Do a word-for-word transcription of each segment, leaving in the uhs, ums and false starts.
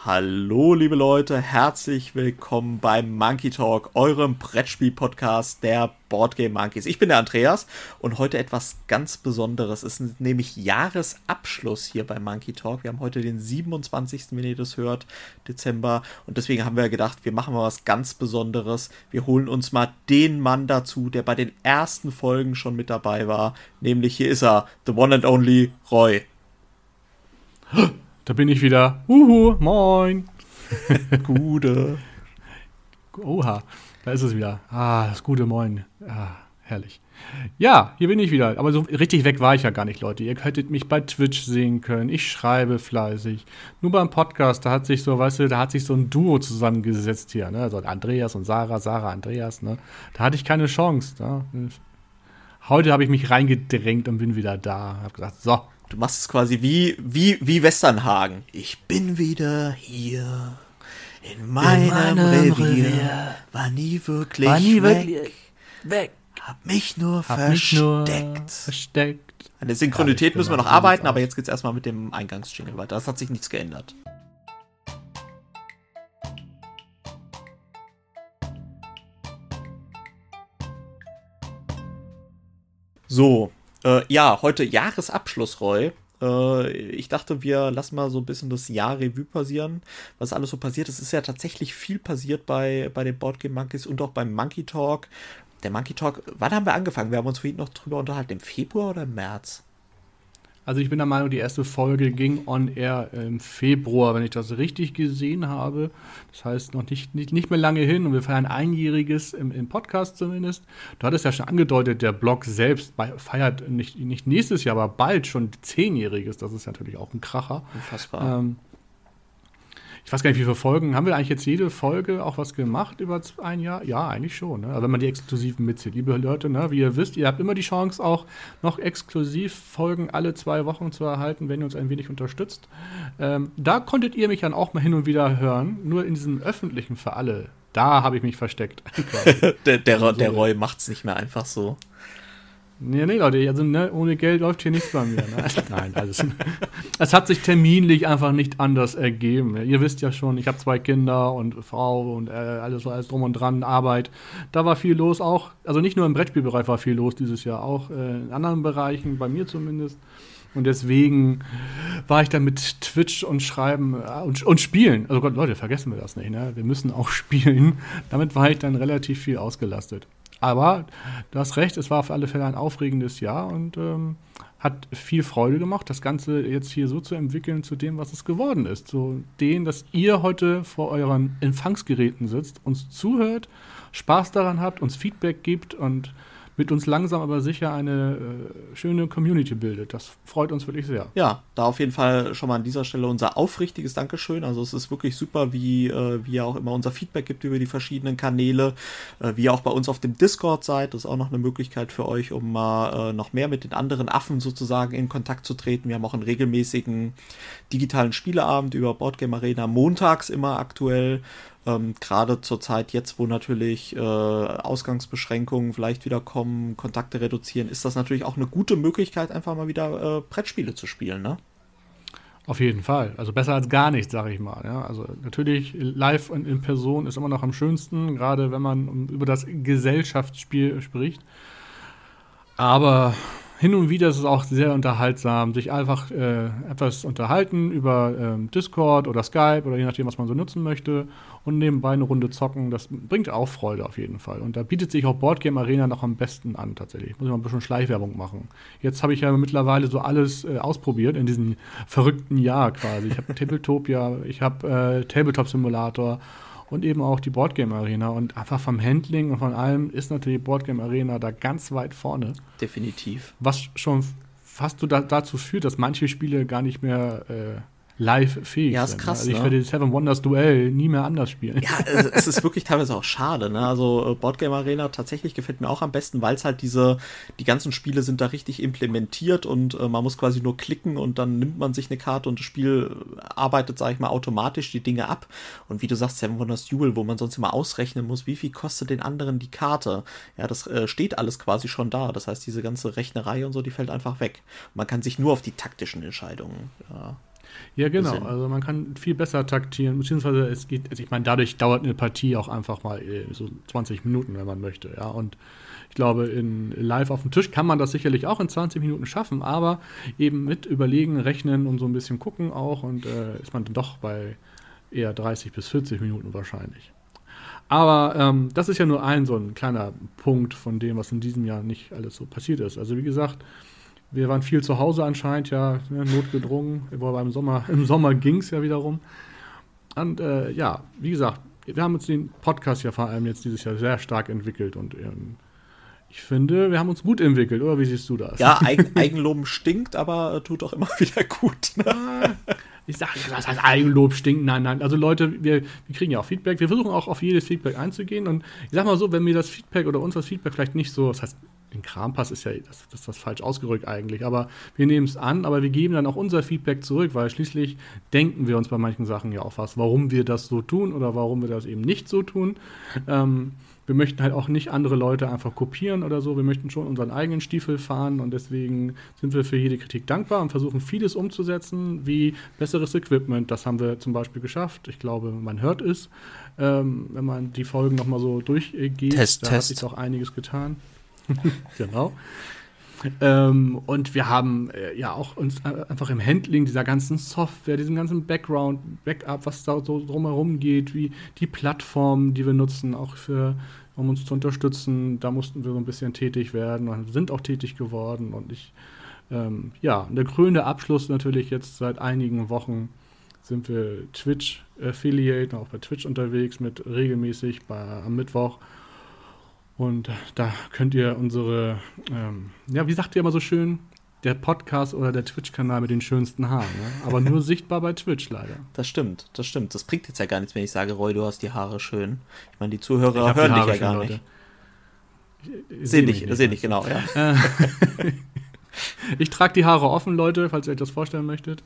Hallo liebe Leute, herzlich willkommen beim Monkey Talk, eurem Brettspiel-Podcast der Boardgame Monkeys. Ich bin der Andreas und heute etwas ganz Besonderes. Es ist nämlich Jahresabschluss hier beim Monkey Talk. Wir haben heute den siebenundzwanzigsten wenn ihr das hört, Dezember. Und deswegen haben wir gedacht, wir machen mal was ganz Besonderes. Wir holen uns mal den Mann dazu, der bei den ersten Folgen schon mit dabei war. Nämlich hier ist er, the one and only Roy. Da bin ich wieder. Uhu, moin. Gute. Oha, da ist es wieder. Ah, das gute Moin. Ah, herrlich. Ja, hier bin ich wieder. Aber so richtig weg war ich ja gar nicht, Leute. Ihr hättet mich bei Twitch sehen können. Ich schreibe fleißig. Nur beim Podcast, da hat sich so, weißt du, da hat sich so ein Duo zusammengesetzt hier. Ne? Also Andreas und Sarah, Sarah, Andreas. Ne? Da hatte ich keine Chance. Ne? Heute habe ich mich reingedrängt und bin wieder da. Hab gesagt, so. Du machst es quasi wie, wie, wie Westernhagen. Ich bin wieder hier in meinem, in meinem Revier. Revier. War nie wirklich War nie weg. Wirklich weg. Hab mich nur Hab versteckt. Mich nur versteckt. An der Synchronität ja, müssen wir noch arbeiten, aber jetzt geht's erstmal mit dem Eingangsjingle weiter. Das hat sich nichts geändert. So. Äh, ja, heute Jahresabschluss, Roy. Äh, ich dachte, wir lassen mal so ein bisschen das Jahr Revue passieren, was alles so passiert. Es ist ja tatsächlich viel passiert bei, bei den Boardgame Monkeys und auch beim Monkey Talk. Der Monkey Talk, wann haben wir angefangen? Wir haben uns vorhin noch drüber unterhalten. Im Februar oder im März? Also ich bin der Meinung, die erste Folge ging on air im Februar, wenn ich das richtig gesehen habe. Das heißt, noch nicht, nicht, nicht mehr lange hin und wir feiern einjähriges im, im Podcast zumindest. Du hattest ja schon angedeutet, der Blog selbst feiert nicht, nicht nächstes Jahr, aber bald schon zehnjähriges. Das ist natürlich auch ein Kracher. Unfassbar. Ähm, Ich weiß gar nicht, wie viele Folgen. Haben wir eigentlich jetzt jede Folge auch was gemacht über ein Jahr? Ja, eigentlich schon. Ne? Also wenn man die Exklusiven mitzählt. Liebe Leute, ne? Wie ihr wisst, ihr habt immer die Chance, auch noch Exklusivfolgen alle zwei Wochen zu erhalten, wenn ihr uns ein wenig unterstützt. Ähm, da konntet ihr mich dann auch mal hin und wieder hören. Nur in diesem öffentlichen für alle. Da habe ich mich versteckt. der, der, also, der Roy macht's nicht mehr einfach so. Nee, nee, Leute, also ne, ohne Geld läuft hier nichts bei mir. Ne? Nein, alles. Es hat sich terminlich einfach nicht anders ergeben. Ihr wisst ja schon, ich habe zwei Kinder und Frau und äh, alles, alles drum und dran, Arbeit. Da war viel los auch. Also nicht nur im Brettspielbereich war viel los dieses Jahr, auch äh, in anderen Bereichen, bei mir zumindest. Und deswegen war ich dann mit Twitch und Schreiben äh, und, und Spielen. Also Gott, Leute, vergessen wir das nicht. Ne? Wir müssen auch spielen. Damit war ich dann relativ viel ausgelastet. Aber du hast recht, es war auf alle Fälle ein aufregendes Jahr und ähm, hat viel Freude gemacht, das Ganze jetzt hier so zu entwickeln zu dem, was es geworden ist. Zu dem, dass ihr heute vor euren Empfangsgeräten sitzt, uns zuhört, Spaß daran habt, uns Feedback gibt und mit uns langsam aber sicher eine äh, schöne Community bildet. Das freut uns wirklich sehr. Ja, da auf jeden Fall schon mal an dieser Stelle unser aufrichtiges Dankeschön. Also es ist wirklich super, wie, äh, wie ihr auch immer unser Feedback gibt über die verschiedenen Kanäle, äh, wie ihr auch bei uns auf dem Discord seid. Das ist auch noch eine Möglichkeit für euch, um mal äh, noch mehr mit den anderen Affen sozusagen in Kontakt zu treten. Wir haben auch einen regelmäßigen digitalen Spieleabend über Boardgame Arena, montags immer aktuell. Ähm, gerade zur Zeit jetzt, wo natürlich äh, Ausgangsbeschränkungen vielleicht wieder kommen, Kontakte reduzieren, ist das natürlich auch eine gute Möglichkeit, einfach mal wieder äh, Brettspiele zu spielen, ne? Auf jeden Fall. Also besser als gar nichts, sage ich mal. Ja? Also natürlich live und in Person ist immer noch am schönsten, gerade wenn man über das Gesellschaftsspiel spricht. Aber hin und wieder ist es auch sehr unterhaltsam, sich einfach äh, etwas unterhalten über ähm, Discord oder Skype oder je nachdem, was man so nutzen möchte und nebenbei eine Runde zocken. Das bringt auch Freude auf jeden Fall. Und da bietet sich auch Boardgame Arena noch am besten an tatsächlich. Muss ich mal ein bisschen Schleichwerbung machen. Jetzt habe ich ja mittlerweile so alles äh, ausprobiert in diesem verrückten Jahr quasi. Ich habe Tabletopia, ich habe äh, Tabletop-Simulator und eben auch die Boardgame Arena. Und einfach vom Handling und von allem ist natürlich Boardgame Arena da ganz weit vorne. Definitiv. Was schon fast so da, dazu führt, dass manche Spiele gar nicht mehr äh, live fähig ja, ist sind. krass, also ich ne? werde Seven Wonders Duell nie mehr anders spielen. Ja, es ist wirklich teilweise auch schade, ne? Also Boardgame Arena tatsächlich gefällt mir auch am besten, weil es halt diese, die ganzen Spiele sind da richtig implementiert und äh, man muss quasi nur klicken und dann nimmt man sich eine Karte und das Spiel arbeitet, sag ich mal, automatisch die Dinge ab. Und wie du sagst, Seven Wonders Duel, wo man sonst immer ausrechnen muss, wie viel kostet den anderen die Karte. Ja, das äh, steht alles quasi schon da. Das heißt, diese ganze Rechnerei und so, die fällt einfach weg. Man kann sich nur auf die taktischen Entscheidungen ja, Ja, genau. Also man kann viel besser taktieren, beziehungsweise es geht, also ich meine, dadurch dauert eine Partie auch einfach mal so zwanzig Minuten, wenn man möchte, ja. Und ich glaube, in live auf dem Tisch kann man das sicherlich auch in zwanzig Minuten schaffen, aber eben mit Überlegen, Rechnen und so ein bisschen gucken auch und äh, ist man dann doch bei eher dreißig bis vierzig Minuten wahrscheinlich. Aber ähm, das ist ja nur ein so ein kleiner Punkt von dem, was in diesem Jahr nicht alles so passiert ist. Also wie gesagt, wir waren viel zu Hause anscheinend, ja, ne, notgedrungen. Aber im Sommer, im Sommer ging es ja wiederum. Und äh, ja, wie gesagt, wir haben uns den Podcast ja vor allem jetzt dieses Jahr sehr stark entwickelt. Und ähm, ich finde, wir haben uns gut entwickelt, oder wie siehst du das? Ja, Eigen, Eigenlob stinkt, aber äh, tut auch immer wieder gut. Ne? Ich sage, das heißt Eigenlob stinkt. Nein, nein. Also Leute, wir, wir kriegen ja auch Feedback. Wir versuchen auch auf jedes Feedback einzugehen. Und ich sag mal so, wenn mir das Feedback oder uns das Feedback vielleicht nicht so, das heißt, ein Krampass ist ja, das, das ist das falsch ausgerückt eigentlich, aber wir nehmen es an, aber wir geben dann auch unser Feedback zurück, weil schließlich denken wir uns bei manchen Sachen ja auch was, warum wir das so tun oder warum wir das eben nicht so tun. Ähm, wir möchten halt auch nicht andere Leute einfach kopieren oder so, wir möchten schon unseren eigenen Stiefel fahren und deswegen sind wir für jede Kritik dankbar und versuchen vieles umzusetzen, wie besseres Equipment, das haben wir zum Beispiel geschafft, ich glaube, man hört es, ähm, wenn man die Folgen nochmal so durchgeht, Test, da Test. hat sich auch einiges getan. Genau. Ähm, und wir haben äh, ja auch uns äh, einfach im Handling dieser ganzen Software, diesem ganzen Background, Backup, was da so drumherum geht, wie die Plattformen, die wir nutzen, auch für, um uns zu unterstützen, da mussten wir so ein bisschen tätig werden und sind auch tätig geworden. Und ich, ähm, ja, der krönende Abschluss natürlich jetzt seit einigen Wochen sind wir Twitch-Affiliate, auch bei Twitch unterwegs mit regelmäßig bei, am Mittwoch. Und da könnt ihr unsere, ähm, ja, wie sagt ihr immer so schön, der Podcast oder der Twitch-Kanal mit den schönsten Haaren, ne? Aber nur sichtbar bei Twitch leider. Das stimmt, das stimmt. Das bringt jetzt ja gar nichts, wenn ich sage, Roy, du hast die Haare schön. Ich meine, die Zuhörer hören dich ja gar nicht. Sehen dich, sehen dich, genau, ja. Ich trage die Haare offen, Leute, falls ihr euch das vorstellen möchtet.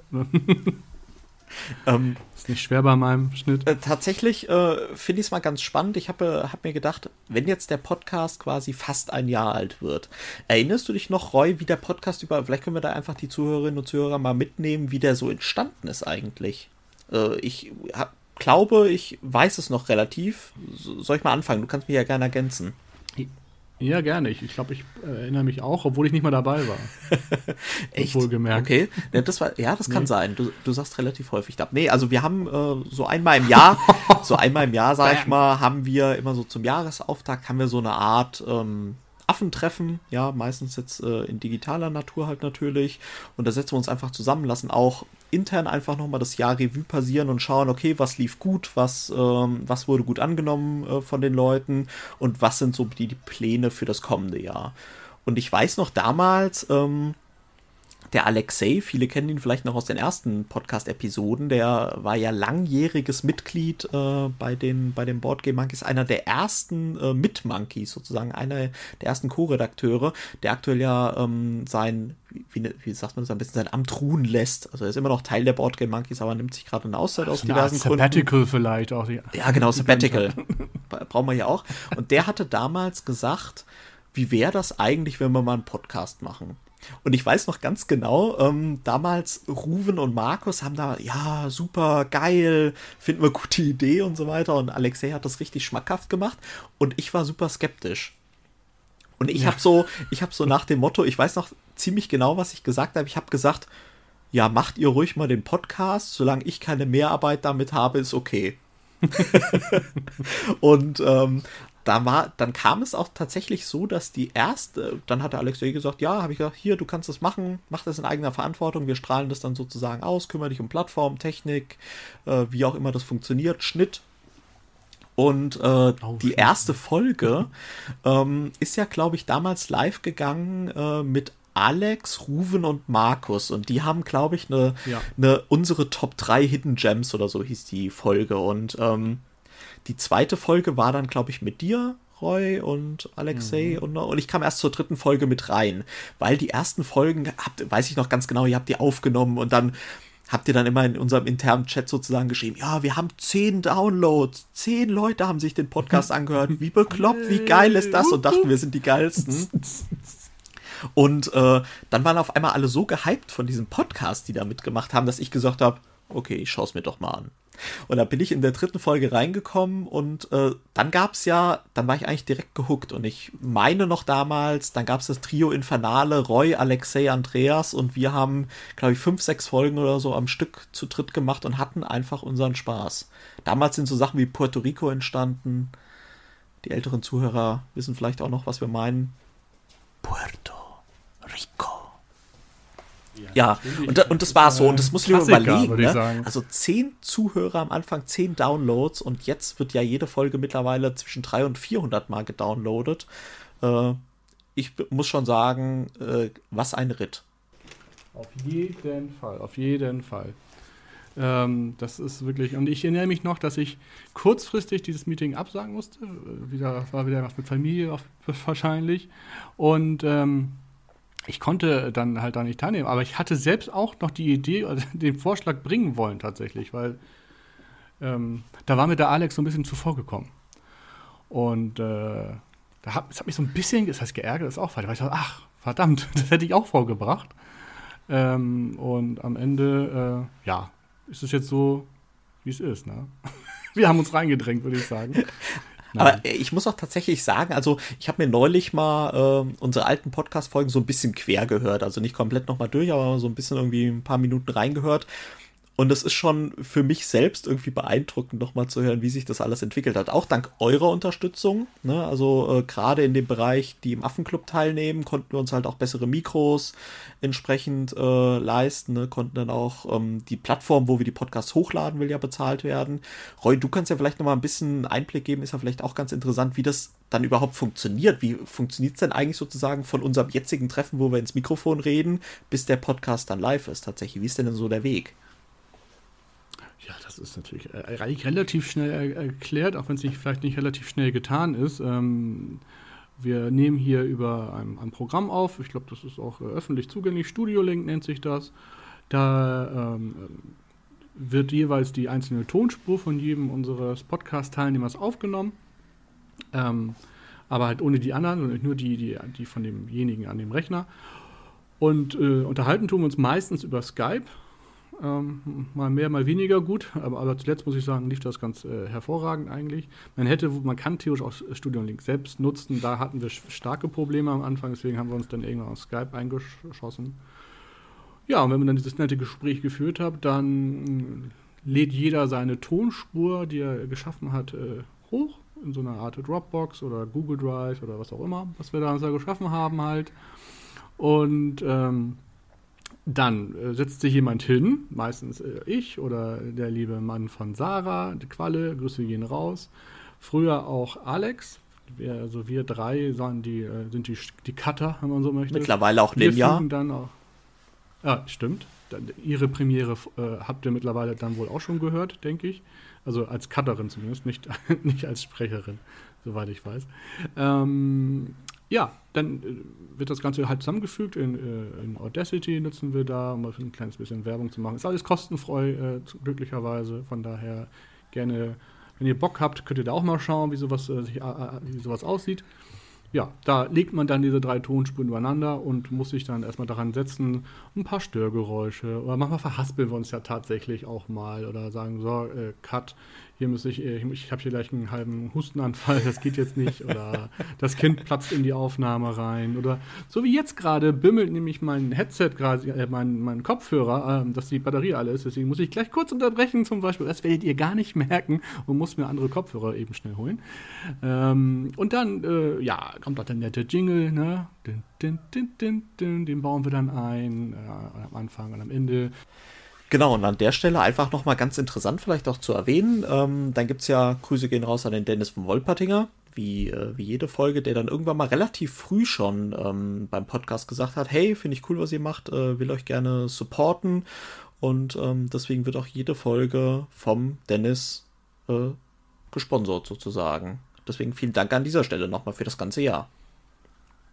Ähm, ist nicht schwer bei meinem Schnitt. Äh, tatsächlich äh, finde ich es mal ganz spannend. Ich habe hab mir gedacht, wenn jetzt der Podcast quasi fast ein Jahr alt wird, erinnerst du dich noch, Roy, wie der Podcast über, vielleicht können wir da einfach die Zuhörerinnen und Zuhörer mal mitnehmen, wie der so entstanden ist eigentlich. Äh, ich hab, glaube, ich weiß es noch relativ. So, soll ich mal anfangen? Du kannst mich ja gerne ergänzen. Ja, gerne. Ich, ich glaube, ich äh, erinnere mich auch, obwohl ich nicht mal dabei war. Echt? Wohlgemerkt. Okay. Ja, das war, ja, das kann nee. sein. Du, du sagst relativ häufig ab. Nee, also wir haben äh, so einmal im Jahr, so einmal im Jahr, sag ich mal, haben wir immer so zum Jahresauftakt, haben wir so eine Art ähm, Affentreffen, ja, meistens jetzt äh, in digitaler Natur halt natürlich. Und da setzen wir uns einfach zusammen, lassen auch intern einfach nochmal das Jahr Revue passieren und schauen, okay, was lief gut, was, ähm, was wurde gut angenommen äh, von den Leuten und was sind so die, die Pläne für das kommende Jahr. Und ich weiß noch damals, ähm, der Alexei, viele kennen ihn vielleicht noch aus den ersten Podcast-Episoden, der war ja langjähriges Mitglied äh, bei den, bei den Board Game Monkeys, einer der ersten äh, Mit-Monkeys sozusagen, einer der ersten Co-Redakteure, der aktuell ja ähm, sein, wie, wie sagt man das, ein bisschen sein Amt ruhen lässt. Also er ist immer noch Teil der Board Game Monkeys, aber nimmt sich gerade eine Auszeit aus diversen Gründen. Sabbatical vielleicht auch. Die ja, genau, Sabbatical. Brauchen wir ja auch. Und der hatte damals gesagt, wie wäre das eigentlich, wenn wir mal einen Podcast machen? Und ich weiß noch ganz genau, ähm, damals Ruven und Markus haben da, ja, super, geil, finden wir gute Idee und so weiter. Und Alexei hat das richtig schmackhaft gemacht und ich war super skeptisch. Und ich ja. habe so, ich habe so nach dem Motto, ich weiß noch ziemlich genau, was ich gesagt habe. Ich habe gesagt, ja, macht ihr ruhig mal den Podcast, solange ich keine Mehrarbeit damit habe, ist okay. Und ähm, Da war, dann kam es auch tatsächlich so, dass die erste, dann hat der Alexei gesagt, ja, habe ich gesagt, hier, du kannst das machen, mach das in eigener Verantwortung, wir strahlen das dann sozusagen aus, kümmere dich um Plattform, Technik, äh, wie auch immer das funktioniert, Schnitt. Und äh, oh, die erste Folge ähm, ist ja, glaube ich, damals live gegangen äh, mit Alex, Ruven und Markus. Und die haben, glaube ich, eine, ja. eine unsere Top drei Hidden Gems oder so hieß die Folge. Und ähm, die zweite Folge war dann, glaube ich, mit dir, Roy und Alexei. Mhm. Und, und ich kam erst zur dritten Folge mit rein. Weil die ersten Folgen, habt, weiß ich noch ganz genau, ihr habt die aufgenommen und dann habt ihr dann immer in unserem internen Chat sozusagen geschrieben, ja, wir haben zehn Downloads, zehn Leute haben sich den Podcast angehört, wie bekloppt, wie geil ist das? Und dachten, wir sind die geilsten. Und äh, dann waren auf einmal alle so gehypt von diesem Podcast, die da mitgemacht haben, dass ich gesagt habe, okay, ich schaue es mir doch mal an. Und da bin ich in der dritten Folge reingekommen und äh, dann gab's ja, dann war ich eigentlich direkt gehuckt und ich meine noch damals, dann gab's das Trio Infernale, Roy, Alexei, Andreas und wir haben, glaube ich, fünf, sechs Folgen oder so am Stück zu dritt gemacht und hatten einfach unseren Spaß. Damals sind so Sachen wie Puerto Rico entstanden. Die älteren Zuhörer wissen vielleicht auch noch, was wir meinen. Puerto Rico. Ja, und, und das war so, und das muss ich mir überlegen, ne? Also zehn Zuhörer am Anfang, zehn Downloads und jetzt wird ja jede Folge mittlerweile zwischen dreihundert und vierhundert Mal gedownloadet. Äh, ich muss schon sagen, äh, was ein Ritt. Auf jeden Fall, auf jeden Fall. Ähm, das ist wirklich, und ich erinnere mich noch, dass ich kurzfristig dieses Meeting absagen musste. Wieder, war wieder was mit Familie auf, wahrscheinlich. Und ähm, ich konnte dann halt da nicht teilnehmen, aber ich hatte selbst auch noch die Idee, also den Vorschlag bringen wollen tatsächlich, weil ähm, da war mir der Alex so ein bisschen zuvor gekommen. Und äh, da hat, das hat mich so ein bisschen, das heißt geärgert, das ist auch falsch, weil ich dachte, ach, verdammt, das hätte ich auch vorgebracht. Ähm, und am Ende, äh, ja, ist es jetzt so, wie es ist, ne? Wir haben uns reingedrängt, würde ich sagen. Nein. Aber ich muss auch tatsächlich sagen, also ich habe mir neulich mal äh, unsere alten Podcast-Folgen so ein bisschen quer gehört, also nicht komplett nochmal durch, aber so ein bisschen irgendwie ein paar Minuten reingehört. Und es ist schon für mich selbst irgendwie beeindruckend, nochmal zu hören, wie sich das alles entwickelt hat. Auch dank eurer Unterstützung. Ne? Also äh, gerade in dem Bereich, die im Affenclub teilnehmen, konnten wir uns halt auch bessere Mikros entsprechend äh, leisten. Ne? Konnten dann auch ähm, die Plattform, wo wir die Podcasts hochladen, will ja bezahlt werden. Roy, du kannst ja vielleicht nochmal ein bisschen Einblick geben. Ist ja vielleicht auch ganz interessant, wie das dann überhaupt funktioniert. Wie funktioniert es denn eigentlich sozusagen von unserem jetzigen Treffen, wo wir ins Mikrofon reden, bis der Podcast dann live ist tatsächlich? Wie ist denn, denn so der Weg? Ja, das ist natürlich eigentlich relativ schnell er- erklärt, auch wenn es nicht, vielleicht nicht relativ schnell getan ist. Ähm, wir nehmen hier über ein, ein Programm auf, ich glaube, das ist auch äh, öffentlich zugänglich, Studio Link nennt sich das. Da ähm, wird jeweils die einzelne Tonspur von jedem unseres Podcast-Teilnehmers aufgenommen, ähm, aber halt ohne die anderen, sondern nur die, die, die von demjenigen an dem Rechner. Und äh, unterhalten tun wir uns meistens über Skype. Ähm, mal mehr, mal weniger gut, aber, aber zuletzt muss ich sagen, lief das ganz äh, hervorragend eigentlich. Man hätte, man kann theoretisch auch Studio Link selbst nutzen, da hatten wir starke Probleme am Anfang, deswegen haben wir uns dann irgendwann auf Skype eingeschossen. Ja, und wenn man dann dieses nette Gespräch geführt hat, dann lädt jeder seine Tonspur, die er geschaffen hat, äh, hoch, in so einer Art Dropbox oder Google Drive oder was auch immer, was wir da uns da geschaffen haben halt. Und ähm, Dann äh, setzt sich jemand hin, meistens äh, ich oder der liebe Mann von Sarah, die Qualle, Grüße gehen raus. Früher auch Alex, wir, also wir drei sind die, äh, sind die, die Cutter, wenn man so möchte. Mittlerweile auch Ninja. Wir dann auch, ja, stimmt. Dann, ihre Premiere äh, habt ihr mittlerweile dann wohl auch schon gehört, denke ich. Also als Cutterin zumindest, nicht, nicht als Sprecherin, soweit ich weiß. Ähm, Ja, dann äh, wird das Ganze halt zusammengefügt. In, äh, in Audacity nutzen wir da, um mal für ein kleines bisschen Werbung zu machen. Ist alles kostenfrei, äh, zu, glücklicherweise. Von daher gerne, wenn ihr Bock habt, könnt ihr da auch mal schauen, wie sowas, äh, sich, äh, wie sowas aussieht. Ja, da legt man dann diese drei Tonspuren übereinander und muss sich dann erstmal daran setzen, ein paar Störgeräusche. Oder manchmal verhaspeln wir uns ja tatsächlich auch mal oder sagen, so, äh, Cut, hier muss ich, ich, ich habe hier gleich einen halben Hustenanfall, das geht jetzt nicht. Oder das Kind platzt in die Aufnahme rein. Oder so wie jetzt gerade bimmelt nämlich mein Headset gerade, äh, mein, mein Kopfhörer, äh, dass die Batterie alle ist. Deswegen muss ich gleich kurz unterbrechen zum Beispiel. Das werdet ihr gar nicht merken und muss mir andere Kopfhörer eben schnell holen. Ähm, und dann, äh, ja, kommt auch der nette Jingle, ne? Din, din, din, din, din, den bauen wir dann ein, äh, am Anfang und am Ende. Genau, und an der Stelle einfach nochmal ganz interessant vielleicht auch zu erwähnen, ähm, dann gibt's ja, Grüße gehen raus an den Dennis von Wolpertinger, wie, äh, wie jede Folge, der dann irgendwann mal relativ früh schon ähm, beim Podcast gesagt hat, hey, finde ich cool, was ihr macht, äh, will euch gerne supporten und ähm, deswegen wird auch jede Folge vom Dennis äh, gesponsert sozusagen. Deswegen vielen Dank an dieser Stelle nochmal für das ganze Jahr.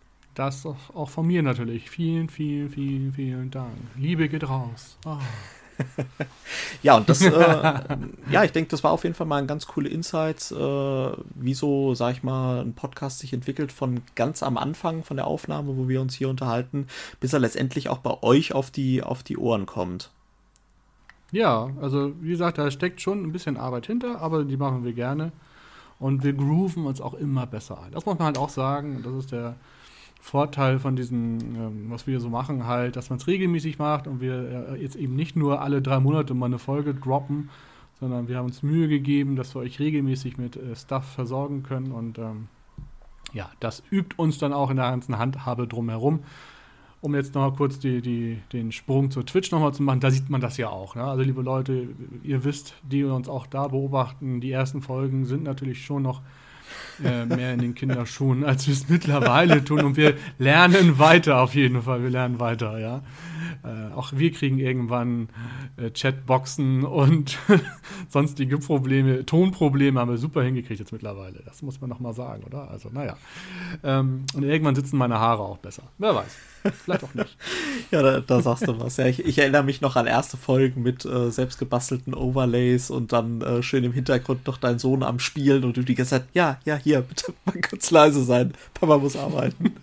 Das auch von mir natürlich. Vielen, vielen, vielen, vielen Dank. Liebe geht raus. Oh. Ja, und das, äh, ja, ich denke, das war auf jeden Fall mal ein ganz coole Insights, äh, wie so, sag ich mal, ein Podcast sich entwickelt von ganz am Anfang von der Aufnahme, wo wir uns hier unterhalten, bis er letztendlich auch bei euch auf die, auf die Ohren kommt. Ja, also wie gesagt, da steckt schon ein bisschen Arbeit hinter, aber die machen wir gerne. Und wir grooven uns auch immer besser ein. Das muss man halt auch sagen. Das ist der Vorteil von diesem, ähm, was wir so machen, halt, dass man es regelmäßig macht und wir äh, jetzt eben nicht nur alle drei Monate mal eine Folge droppen, sondern wir haben uns Mühe gegeben, dass wir euch regelmäßig mit äh, Stuff versorgen können. Und ähm, ja, das übt uns dann auch in der ganzen Handhabe drumherum. Um jetzt noch mal kurz die, die, den Sprung zur Twitch noch mal zu machen, da sieht man das ja auch. Ne? Also liebe Leute, ihr wisst, die uns auch da beobachten, die ersten Folgen sind natürlich schon noch äh, mehr in den Kinderschuhen, als wir es mittlerweile tun. Und wir lernen weiter auf jeden Fall, wir lernen weiter, ja. Äh, auch wir kriegen irgendwann äh, Chatboxen und sonstige Probleme, Tonprobleme haben wir super hingekriegt jetzt mittlerweile. Das muss man noch mal sagen, oder? Also, naja. Ähm, und irgendwann sitzen meine Haare auch besser. Wer weiß. Vielleicht auch nicht. Ja, da, da sagst du was. Ja, ich, ich erinnere mich noch an erste Folgen mit äh, selbstgebastelten Overlays und dann äh, schön im Hintergrund noch dein Sohn am Spielen und du die ganze Zeit, ja, ja, hier, bitte mal kurz leise sein. Papa muss arbeiten.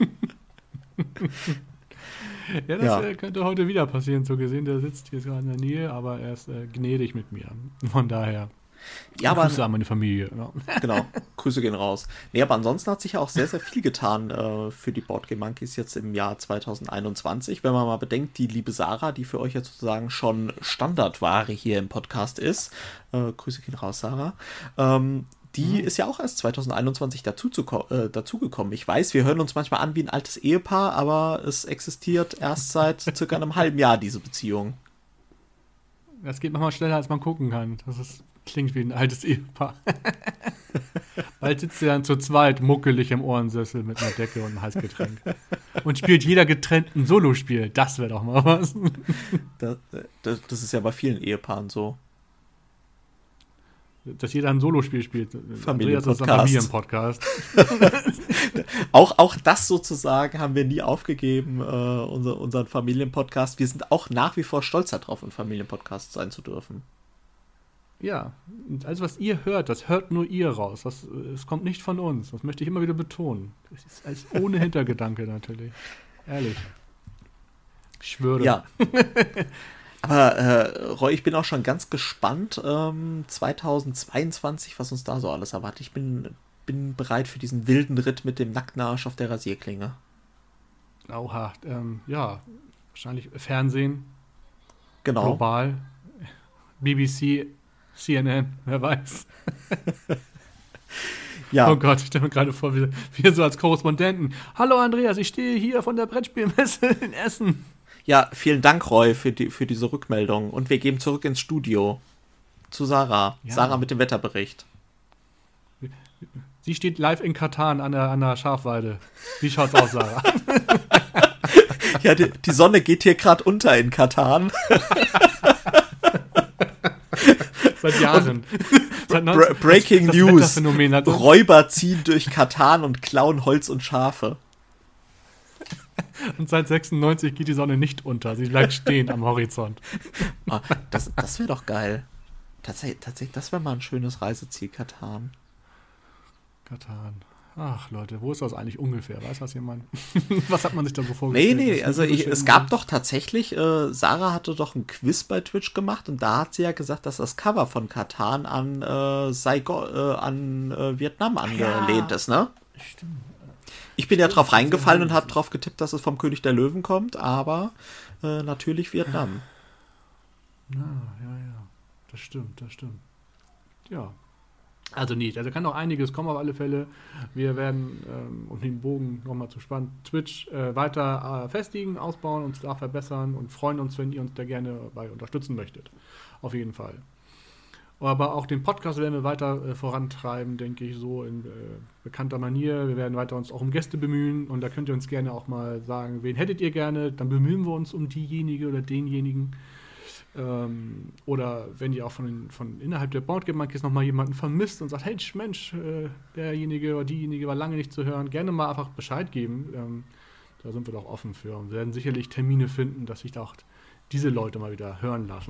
Ja, das ja. Äh, könnte heute wieder passieren, so gesehen. Der sitzt hier sogar in der Nähe, aber er ist äh, gnädig mit mir. Von daher. Ja, aber Grüße an meine Familie. Ja. Genau, Grüße gehen raus. Nee, aber ansonsten hat sich ja auch sehr, sehr viel getan äh, für die Board Game Monkeys jetzt im Jahr zwanzig einundzwanzig. Wenn man mal bedenkt, die liebe Sarah, die für euch jetzt sozusagen schon Standardware hier im Podcast ist, äh, Grüße gehen raus, Sarah, ähm, die mhm. ist ja auch erst zwanzig einundzwanzig dazu zu, äh, dazugekommen. Ich weiß, wir hören uns manchmal an wie ein altes Ehepaar, aber es existiert erst seit circa einem halben Jahr, diese Beziehung. Das geht manchmal schneller, als man gucken kann. Das ist, klingt wie ein altes Ehepaar. Bald sitzt ihr dann zu zweit muckelig im Ohrensessel mit einer Decke und einem Heißgetränk. Und spielt jeder getrennt ein Solospiel. Das wäre doch mal was. Das, das, das ist ja bei vielen Ehepaaren so. Dass jeder ein Solospiel spielt. Familienpodcast. Also Familienpodcast. auch, auch das sozusagen haben wir nie aufgegeben, äh, unser, unseren Familienpodcast. Wir sind auch nach wie vor stolz darauf, ein Familienpodcast sein zu dürfen. Ja, also was ihr hört, das hört nur ihr raus. Das, das kommt nicht von uns. Das möchte ich immer wieder betonen. Das ist als ohne Hintergedanke natürlich. Ehrlich. Ich schwöre. Ja. Aber äh, Roy, ich bin auch schon ganz gespannt, ähm, zweitausendzweiundzwanzig, was uns da so alles erwartet. Ich bin, bin bereit für diesen wilden Ritt mit dem nackten Arsch auf der Rasierklinge. Oha, ähm, ja, wahrscheinlich Fernsehen. Genau. Global. B B C, C N N, wer weiß. Ja. Oh Gott, ich stelle mir gerade vor, wir, wir so als Korrespondenten. Hallo Andreas, ich stehe hier von der Brettspielmesse in Essen. Ja, vielen Dank, Roy, für, die, für diese Rückmeldung. Und wir geben zurück ins Studio zu Sarah. Ja. Sarah mit dem Wetterbericht. Sie steht live in Katan an der, an der Schafweide. Wie schaut's aus, Sarah? Ja, die, die Sonne geht hier gerade unter in Katan. Seit Jahren. Seit neunzehn, Breaking das, das News. Räuber ziehen durch Katan und klauen Holz und Schafe. Und seit sechsundneunzig geht die Sonne nicht unter. Sie bleibt stehen am Horizont. Oh, das das wäre doch geil. Tatsächlich, tatsächlich das wäre mal ein schönes Reiseziel, Katan. Katan. Ach, Leute, wo ist das eigentlich ungefähr? Weiß was jemand? Was hat man sich da so vorgestellt? Nee, nee, also ich, es gab doch tatsächlich, äh, Sarah hatte doch ein Quiz bei Twitch gemacht und da hat sie ja gesagt, dass das Cover von Katan an, äh, Saigon, äh, an äh, Vietnam angelehnt ja. ist, ne? Stimmt. Ich bin ja drauf reingefallen und habe drauf getippt, dass es vom König der Löwen kommt, aber äh, natürlich Vietnam. Ja, ja, ja. Das stimmt, das stimmt. Ja. Also nicht, also kann noch einiges kommen auf alle Fälle. Wir werden, ähm, um den Bogen nochmal zu spannen, Twitch äh, weiter äh, festigen, ausbauen, uns da verbessern und freuen uns, wenn ihr uns da gerne bei unterstützen möchtet. Auf jeden Fall. Aber auch den Podcast werden wir weiter äh, vorantreiben, denke ich, so in äh, bekannter Manier. Wir werden weiter uns auch um Gäste bemühen und da könnt ihr uns gerne auch mal sagen, wen hättet ihr gerne, dann bemühen wir uns um diejenige oder denjenigen. Ähm, oder wenn ihr auch von, von innerhalb der Board Game Monkeys nochmal jemanden vermisst und sagt, hey Mensch, äh, derjenige oder diejenige war lange nicht zu hören, gerne mal einfach Bescheid geben. Ähm, da sind wir doch offen für und werden sicherlich Termine finden, dass sich auch diese Leute mal wieder hören lassen.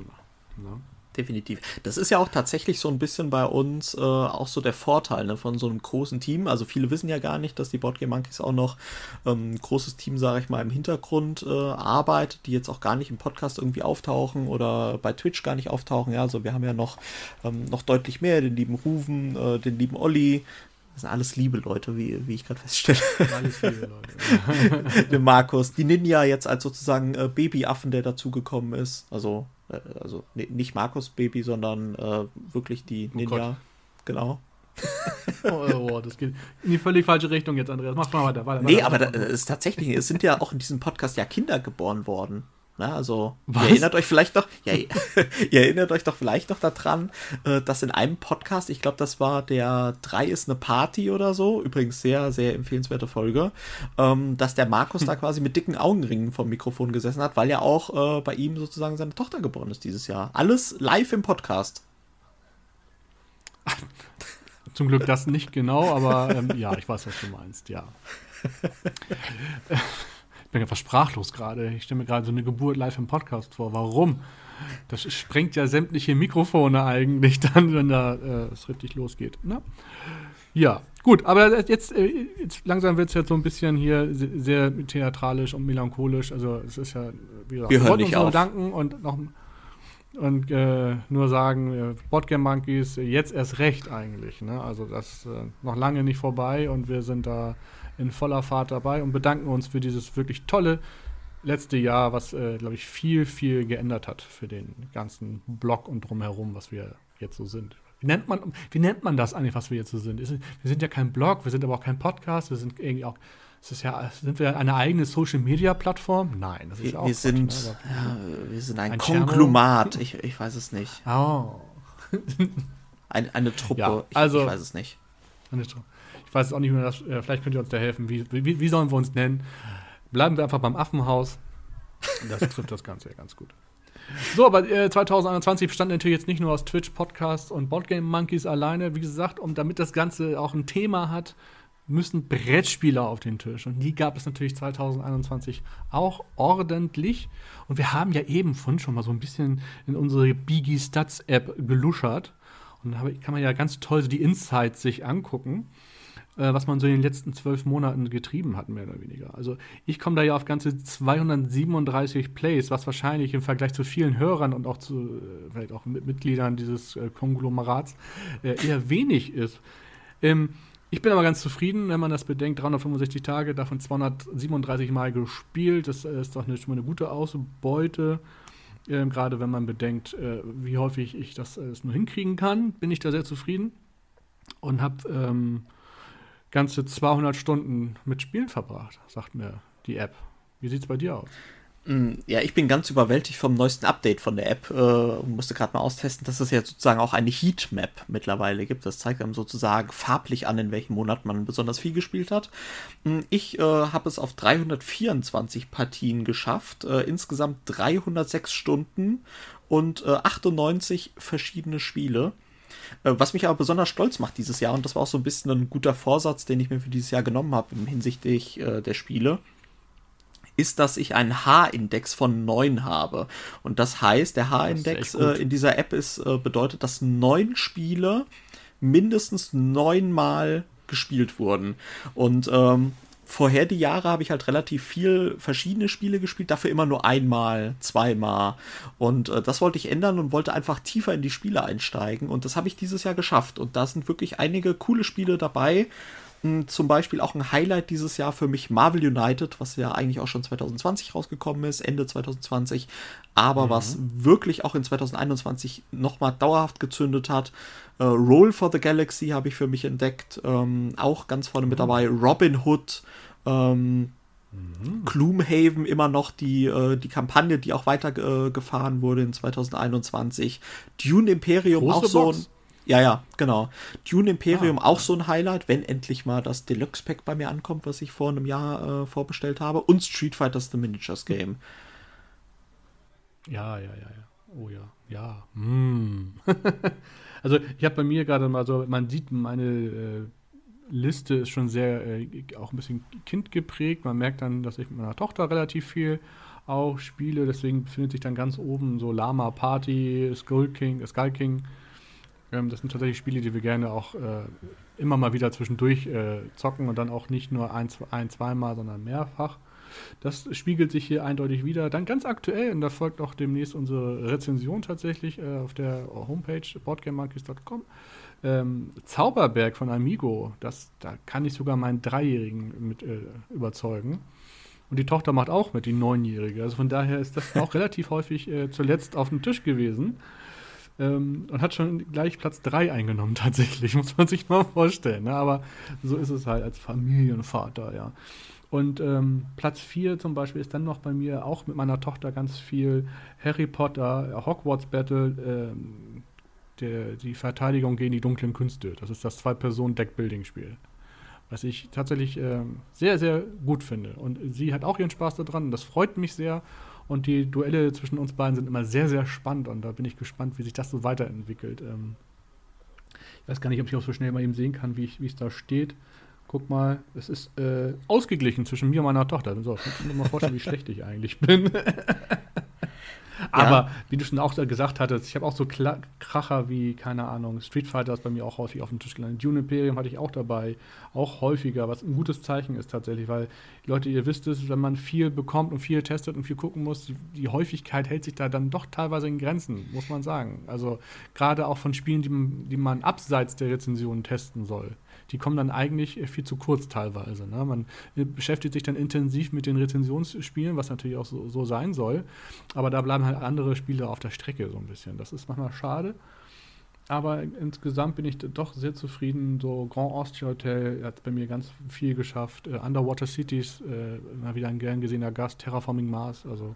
Ja. Definitiv. Das ist ja auch tatsächlich so ein bisschen bei uns äh, auch so der Vorteil, ne, von so einem großen Team. Also viele wissen ja gar nicht, dass die Board Game Monkeys auch noch ähm, ein großes Team, sage ich mal, im Hintergrund äh, arbeitet, die jetzt auch gar nicht im Podcast irgendwie auftauchen oder bei Twitch gar nicht auftauchen. Ja, also wir haben ja noch, ähm, noch deutlich mehr, den lieben Ruven, äh, den lieben Olli. Das sind alles liebe Leute, wie, wie ich gerade feststelle. Alles liebe Leute. Den Markus, die Ninja jetzt als sozusagen äh, Babyaffen, der dazugekommen ist. Also Also nee, nicht Markus Baby, sondern äh, wirklich die Ninja. Oh genau. oh, oh, das geht in die völlig falsche Richtung jetzt, Andreas. Mach mal weiter. weiter nee, weiter, aber weiter. Da, es ist tatsächlich, es sind ja auch in diesem Podcast ja Kinder geboren worden. Na, also, ihr erinnert euch vielleicht noch, ja, ihr erinnert euch doch vielleicht noch daran, äh, dass in einem Podcast, ich glaube, das war der drei ist eine Party oder so, übrigens sehr, sehr empfehlenswerte Folge, ähm, dass der Markus hm. da quasi mit dicken Augenringen vom Mikrofon gesessen hat, weil ja auch äh, bei ihm sozusagen seine Tochter geboren ist dieses Jahr. Alles live im Podcast. Zum Glück das nicht genau, aber ähm, ja, ich weiß, was du meinst, ja. Ich bin einfach sprachlos gerade. Ich stelle mir gerade so eine Geburt live im Podcast vor. Warum? Das sprengt ja sämtliche Mikrofone eigentlich dann, wenn da äh, es richtig losgeht. Ne? Ja, gut. Aber jetzt, äh, jetzt langsam wird es jetzt so ein bisschen hier sehr, sehr theatralisch und melancholisch. Also es ist ja, wie gesagt, wir, wir wollten uns nur bedanken und noch und äh, nur sagen, äh, Board Game Monkeys, jetzt erst recht eigentlich. Ne? Also das ist äh, noch lange nicht vorbei und wir sind da in voller Fahrt dabei und bedanken uns für dieses wirklich tolle letzte Jahr, was, äh, glaube ich, viel, viel geändert hat für den ganzen Blog und drumherum, was wir jetzt so sind. Wie nennt man, wie nennt man das eigentlich, was wir jetzt so sind? Wir sind ja kein Blog, wir sind aber auch kein Podcast, wir sind irgendwie auch, es ist ja, sind wir eine eigene Social-Media-Plattform? Nein, das ist wir, ja auch wir sind, Quatsch, ne? ja, wir sind ein, ein Konglomat, ich, ich weiß es nicht. Oh. ein, eine Truppe, Ja, ich, also, ich weiß es nicht. Eine Truppe. Ich weiß auch nicht mehr, das, äh, vielleicht könnt ihr uns da helfen. Wie, wie, wie sollen wir uns nennen? Bleiben wir einfach beim Affenhaus. Das trifft das Ganze ja ganz gut. So, aber äh, zwanzig einundzwanzig bestand natürlich jetzt nicht nur aus Twitch, Podcasts und Boardgame Monkeys alleine. Wie gesagt, um, damit das Ganze auch ein Thema hat, müssen Brettspieler auf den Tisch. Und die gab es natürlich zwanzig einundzwanzig auch ordentlich. Und wir haben ja eben von schon mal so ein bisschen in unsere Biggie Stats App geluschert. Und da kann man ja ganz toll so die Insights sich angucken, äh, was man so in den letzten zwölf Monaten getrieben hat, mehr oder weniger. Also ich komme da ja auf ganze zweihundertsiebenunddreißig Plays, was wahrscheinlich im Vergleich zu vielen Hörern und auch zu äh, vielleicht auch mit Mitgliedern dieses äh, Konglomerats äh, eher wenig ist. Ähm, ich bin aber ganz zufrieden, wenn man das bedenkt, dreihundertfünfundsechzig Tage, davon zweihundertsiebenunddreißig Mal gespielt. Das äh, ist doch eine, schon mal eine gute Ausbeute. Ähm, gerade wenn man bedenkt, äh, wie häufig ich das äh, nur hinkriegen kann, bin ich da sehr zufrieden und habe ähm, ganze zweihundert Stunden mit Spielen verbracht, sagt mir die App. Wie sieht's bei dir aus? Ja, ich bin ganz überwältigt vom neuesten Update von der App. Äh, musste gerade mal austesten, dass es ja sozusagen auch eine Heatmap mittlerweile gibt. Das zeigt einem sozusagen farblich an, in welchem Monat man besonders viel gespielt hat. Ich äh, habe es auf dreihundertvierundzwanzig Partien geschafft, äh, insgesamt dreihundertsechs Stunden und äh, achtundneunzig verschiedene Spiele. Äh, was mich aber besonders stolz macht dieses Jahr, und das war auch so ein bisschen ein guter Vorsatz, den ich mir für dieses Jahr genommen habe hinsichtlich äh, der Spiele, ist, dass ich einen H-Index von neun habe. Und das heißt, der H-Index äh, in dieser App ist, äh, bedeutet, dass neun Spiele mindestens neunmal gespielt wurden. Und ähm, vorher die Jahre habe ich halt relativ viel verschiedene Spiele gespielt, dafür immer nur einmal, zweimal. Und äh, das wollte ich ändern und wollte einfach tiefer in die Spiele einsteigen. Und das habe ich dieses Jahr geschafft. Und da sind wirklich einige coole Spiele dabei. Zum Beispiel auch ein Highlight dieses Jahr für mich Marvel United, was ja eigentlich auch schon zwanzig zwanzig rausgekommen ist, Ende zwanzig zwanzig, aber mhm. was wirklich auch in zwanzig einundzwanzig nochmal dauerhaft gezündet hat. Äh, Roll for the Galaxy habe ich für mich entdeckt, ähm, auch ganz vorne mhm. mit dabei. Robin Hood, ähm, mhm. Gloomhaven immer noch die, äh, die Kampagne, die auch weiter äh, gefahren wurde in zwanzig einundzwanzig. Dune Imperium Große auch so Box. ein Ja, ja, genau. Dune Imperium ah, auch so ein Highlight, wenn endlich mal das Deluxe-Pack bei mir ankommt, was ich vor einem Jahr äh, vorbestellt habe. Und Street Fighter The Miniatures Game. Ja, ja, ja, ja. Oh ja, ja. Mm. Also ich habe bei mir gerade mal so, man sieht, meine äh, Liste ist schon sehr, äh, auch ein bisschen kindgeprägt. Man merkt dann, dass ich mit meiner Tochter relativ viel auch Spiele, deswegen befindet sich dann ganz oben so Lama Party, Skull King, Skull King. Ähm, das sind tatsächlich Spiele, die wir gerne auch äh, immer mal wieder zwischendurch äh, zocken und dann auch nicht nur ein, ein zweimal, sondern mehrfach. Das spiegelt sich hier eindeutig wieder. Dann ganz aktuell, und da folgt auch demnächst unsere Rezension tatsächlich äh, auf der Homepage boardgamemonkeys punkt com. Ähm, Zauberberg von Amigo, das, da kann ich sogar meinen Dreijährigen mit äh, überzeugen. Und die Tochter macht auch mit, die Neunjährige. Also von daher ist das auch relativ häufig äh, zuletzt auf dem Tisch gewesen. Ähm, und hat schon gleich Platz drei eingenommen tatsächlich, muss man sich mal vorstellen. Ne? Aber so ist es halt als Familienvater, ja. Und ähm, Platz vier zum Beispiel ist dann noch bei mir auch mit meiner Tochter ganz viel Harry Potter, Hogwarts Battle, ähm, der, die Verteidigung gegen die dunklen Künste. Das ist das Zwei-Personen-Deck-Building-Spiel. Was ich tatsächlich ähm, sehr, sehr gut finde. Und sie hat auch ihren Spaß daran. Das freut mich sehr. Und die Duelle zwischen uns beiden sind immer sehr, sehr spannend. Und da bin ich gespannt, wie sich das so weiterentwickelt. Ähm, ich weiß gar nicht, ob ich auch so schnell mal eben sehen kann, wie es da steht. Guck mal, es ist äh, ausgeglichen zwischen mir und meiner Tochter. So, ich kann mir mal vorstellen, wie schlecht ich eigentlich bin. Aber ja. Wie du schon auch gesagt hattest, ich habe auch so Kla- Kracher wie, keine Ahnung, Street Fighter ist bei mir auch häufig auf dem Tisch gelandet. Dune Imperium hatte ich auch dabei, auch häufiger, was ein gutes Zeichen ist tatsächlich, weil, Leute, ihr wisst es, wenn man viel bekommt und viel testet und viel gucken muss, die, die Häufigkeit hält sich da dann doch teilweise in Grenzen, muss man sagen. Also gerade auch von Spielen, die man, die man abseits der Rezensionen testen soll. Die kommen dann eigentlich viel zu kurz teilweise. Ne? Man beschäftigt sich dann intensiv mit den Rezensionsspielen, was natürlich auch so, so sein soll. Aber da bleiben halt andere Spiele auf der Strecke so ein bisschen. Das ist manchmal schade. Aber insgesamt bin ich doch sehr zufrieden. So Grand Austria Hotel hat bei mir ganz viel geschafft. Äh, Underwater Cities, äh, mal wieder ein gern gesehener Gast. Terraforming Mars, also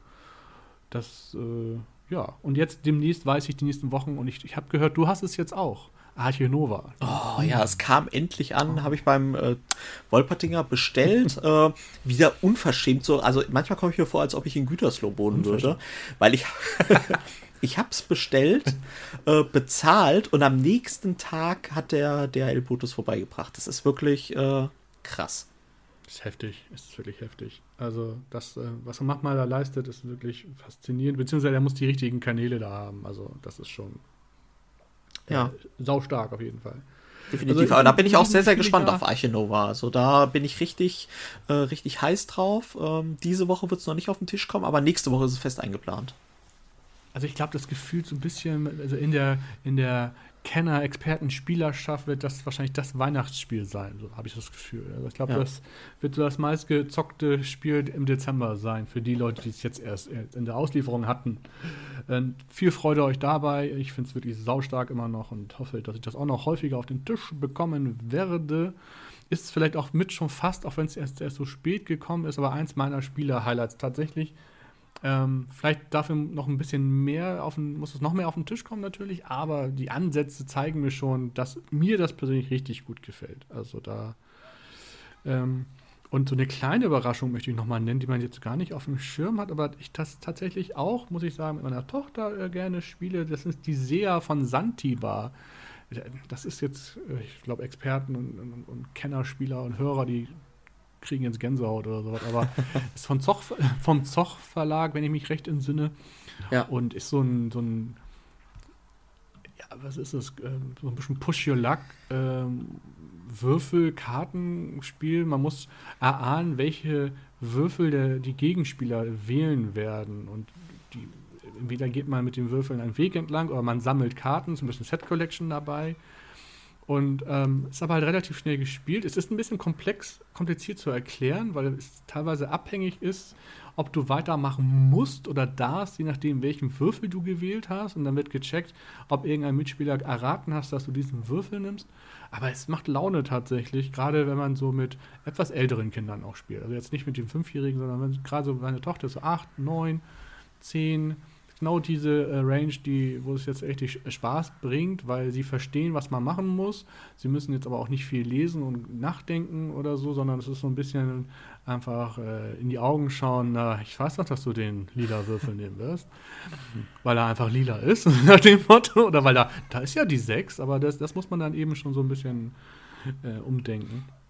das, äh, ja. Und jetzt demnächst weiß ich die nächsten Wochen und ich, ich habe gehört, du hast es jetzt auch. Arche Nova. Oh ja, es kam endlich an, habe ich beim äh, Wolpertinger bestellt. äh, wieder unverschämt so. Also manchmal komme ich mir vor, als ob ich in Gütersloh wohnen würde, weil ich ich habe es bestellt, äh, bezahlt und am nächsten Tag hat der D H L-Botus vorbeigebracht. Das ist wirklich äh, krass. Das ist heftig, das ist wirklich heftig. Also das, äh, was er manchmal da leistet, ist wirklich faszinierend. Beziehungsweise er muss die richtigen Kanäle da haben. Also das ist schon Ja. Äh, saustark auf jeden Fall. Definitiv, also, aber da bin ich auch sehr, sehr gespannt da auf Arche Nova. Also da bin ich richtig, äh, richtig heiß drauf. Ähm, diese Woche wird es noch nicht auf den Tisch kommen, aber nächste Woche ist es fest eingeplant. Also ich glaube, das Gefühl so ein bisschen, also in der, in der Kenner, Experten, Spielerschaft wird das wahrscheinlich das Weihnachtsspiel sein, so habe ich das Gefühl. Also ich glaube, ja. Das wird so das meistgezockte Spiel im Dezember sein, für die Leute, die es jetzt erst in der Auslieferung hatten. Und viel Freude euch dabei. Ich finde es wirklich saustark immer noch und hoffe, dass ich das auch noch häufiger auf den Tisch bekommen werde. Ist es vielleicht auch mit schon fast, auch wenn es erst, erst so spät gekommen ist, aber eins meiner Spieler-Highlights tatsächlich. Ähm, vielleicht dafür noch ein bisschen mehr auf den, muss es noch mehr auf den Tisch kommen natürlich, aber die Ansätze zeigen mir schon, dass mir das persönlich richtig gut gefällt. Also da ähm, und so eine kleine Überraschung möchte ich nochmal nennen, die man jetzt gar nicht auf dem Schirm hat, aber ich das tatsächlich auch, muss ich sagen, mit meiner Tochter äh, gerne spiele. Das ist die Sea von Santibar. Das ist jetzt, äh, ich glaube, Experten und, und, und Kennerspieler und Hörer, die kriegen jetzt Gänsehaut oder sowas, aber ist von Zoch, vom Zoch Verlag, wenn ich mich recht entsinne. Ja. Und ist so ein, so ein ja, was ist das? Ähm, so ein bisschen Push-Your-Luck ähm, Würfel-Kartenspiel. Man muss erahnen, welche Würfel der, die Gegenspieler wählen werden. Und die, entweder geht man mit den Würfeln einen Weg entlang oder man sammelt Karten, ist ein bisschen Set-Collection dabei. Und ähm, ist aber halt relativ schnell gespielt. Es ist ein bisschen komplex, kompliziert zu erklären, weil es teilweise abhängig ist, ob du weitermachen musst oder darfst, je nachdem, welchen Würfel du gewählt hast. Und dann wird gecheckt, ob irgendein Mitspieler erraten hast, dass du diesen Würfel nimmst. Aber es macht Laune tatsächlich, gerade wenn man so mit etwas älteren Kindern auch spielt. Also jetzt nicht mit den Fünfjährigen, sondern wenn gerade so meine Tochter ist so acht, neun, zehn, genau diese äh, Range, die, wo es jetzt richtig Spaß bringt, weil sie verstehen, was man machen muss. Sie müssen jetzt aber auch nicht viel lesen und nachdenken oder so, sondern es ist so ein bisschen einfach äh, in die Augen schauen, na, ich weiß doch, dass du den lila Würfel nehmen wirst, weil er einfach lila ist, nach dem Motto, oder weil da, da ist ja die sechs, aber das, das muss man dann eben schon so ein bisschen äh, umdenken.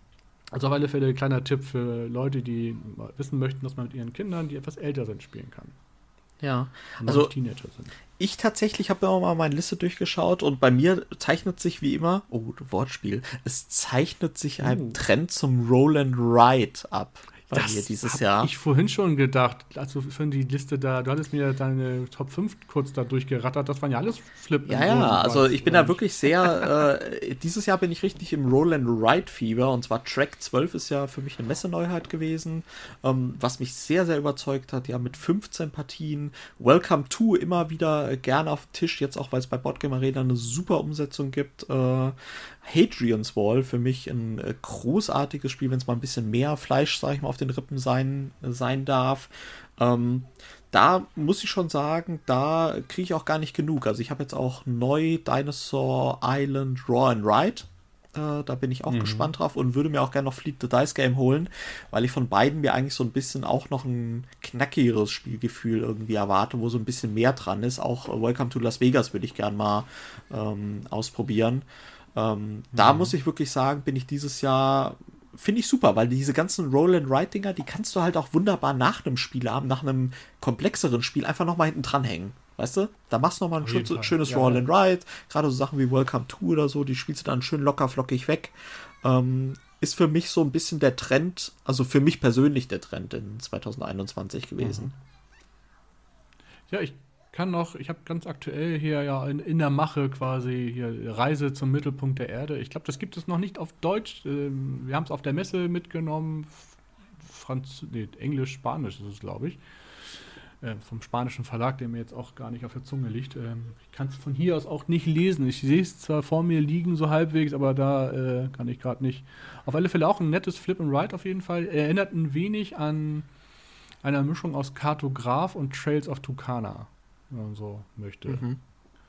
Also auf alle Fälle ein kleiner Tipp für Leute, die wissen möchten, dass man mit ihren Kindern, die etwas älter sind, spielen kann. Ja, Und also nicht Teenager sind. ich tatsächlich habe mir mal meine Liste durchgeschaut und bei mir zeichnet sich wie immer, oh, Wortspiel, es zeichnet sich ein Oh. Trend zum Roll and Ride ab bei Das mir dieses hab Jahr. ich vorhin schon gedacht, also für die Liste da, du hattest mir deine Top fünf kurz da durchgerattert, das waren ja alles Flip. Ja, ja, also ich bin da wirklich sehr, äh, dieses Jahr bin ich richtig im Roll and Ride Fieber und zwar Track zwölf ist ja für mich eine Messeneuheit gewesen, ähm, was mich sehr, sehr überzeugt hat, ja mit fünfzehn Partien, Welcome to immer wieder äh, gerne auf den Tisch, jetzt auch, weil es bei Boardgame Arena eine super Umsetzung gibt, äh, Hadrian's Wall für mich ein äh, großartiges Spiel, wenn es mal ein bisschen mehr Fleisch, sag ich mal, auf den Rippen sein, äh, sein darf. Ähm, da muss ich schon sagen, da kriege ich auch gar nicht genug. Also ich habe jetzt auch neu Dinosaur Island Raw and Ride. Äh, da bin ich auch Mhm. gespannt drauf und würde mir auch gerne noch Fleet the Dice Game holen, weil ich von beiden mir eigentlich so ein bisschen auch noch ein knackigeres Spielgefühl irgendwie erwarte, wo so ein bisschen mehr dran ist. Auch äh, Welcome to Las Vegas würde ich gerne mal ähm, ausprobieren. Ähm, da Mhm. muss ich wirklich sagen, bin ich dieses Jahr, finde ich super, weil diese ganzen Roll-and-Ride-Dinger, die kannst du halt auch wunderbar nach einem Spielabend, nach einem komplexeren Spiel einfach nochmal hinten dranhängen. Weißt du? Da machst du nochmal ein Auf jeden schön, Fall. schönes Ja, Roll-and-Ride, gerade so Sachen wie Welcome to oder so, die spielst du dann schön locker flockig weg. Ähm, ist für mich so ein bisschen der Trend, also für mich persönlich der Trend in zwanzig einundzwanzig gewesen. Ja, ich kann noch, ich habe ganz aktuell hier ja in, in der Mache quasi hier Reise zum Mittelpunkt der Erde. Ich glaube, das gibt es noch nicht auf Deutsch. Ähm, wir haben es auf der Messe mitgenommen. Franz nee, Englisch, Spanisch ist es, glaube ich. Äh, vom spanischen Verlag, der mir jetzt auch gar nicht auf der Zunge liegt. Ähm, ich kann es von hier aus auch nicht lesen. Ich sehe es zwar vor mir liegen, so halbwegs, aber da äh, kann ich gerade nicht. Auf alle Fälle auch ein nettes Flip and Ride auf jeden Fall. Erinnert ein wenig an eine Mischung aus Kartograf und Trails of Tucana, wenn man so möchte. Mhm.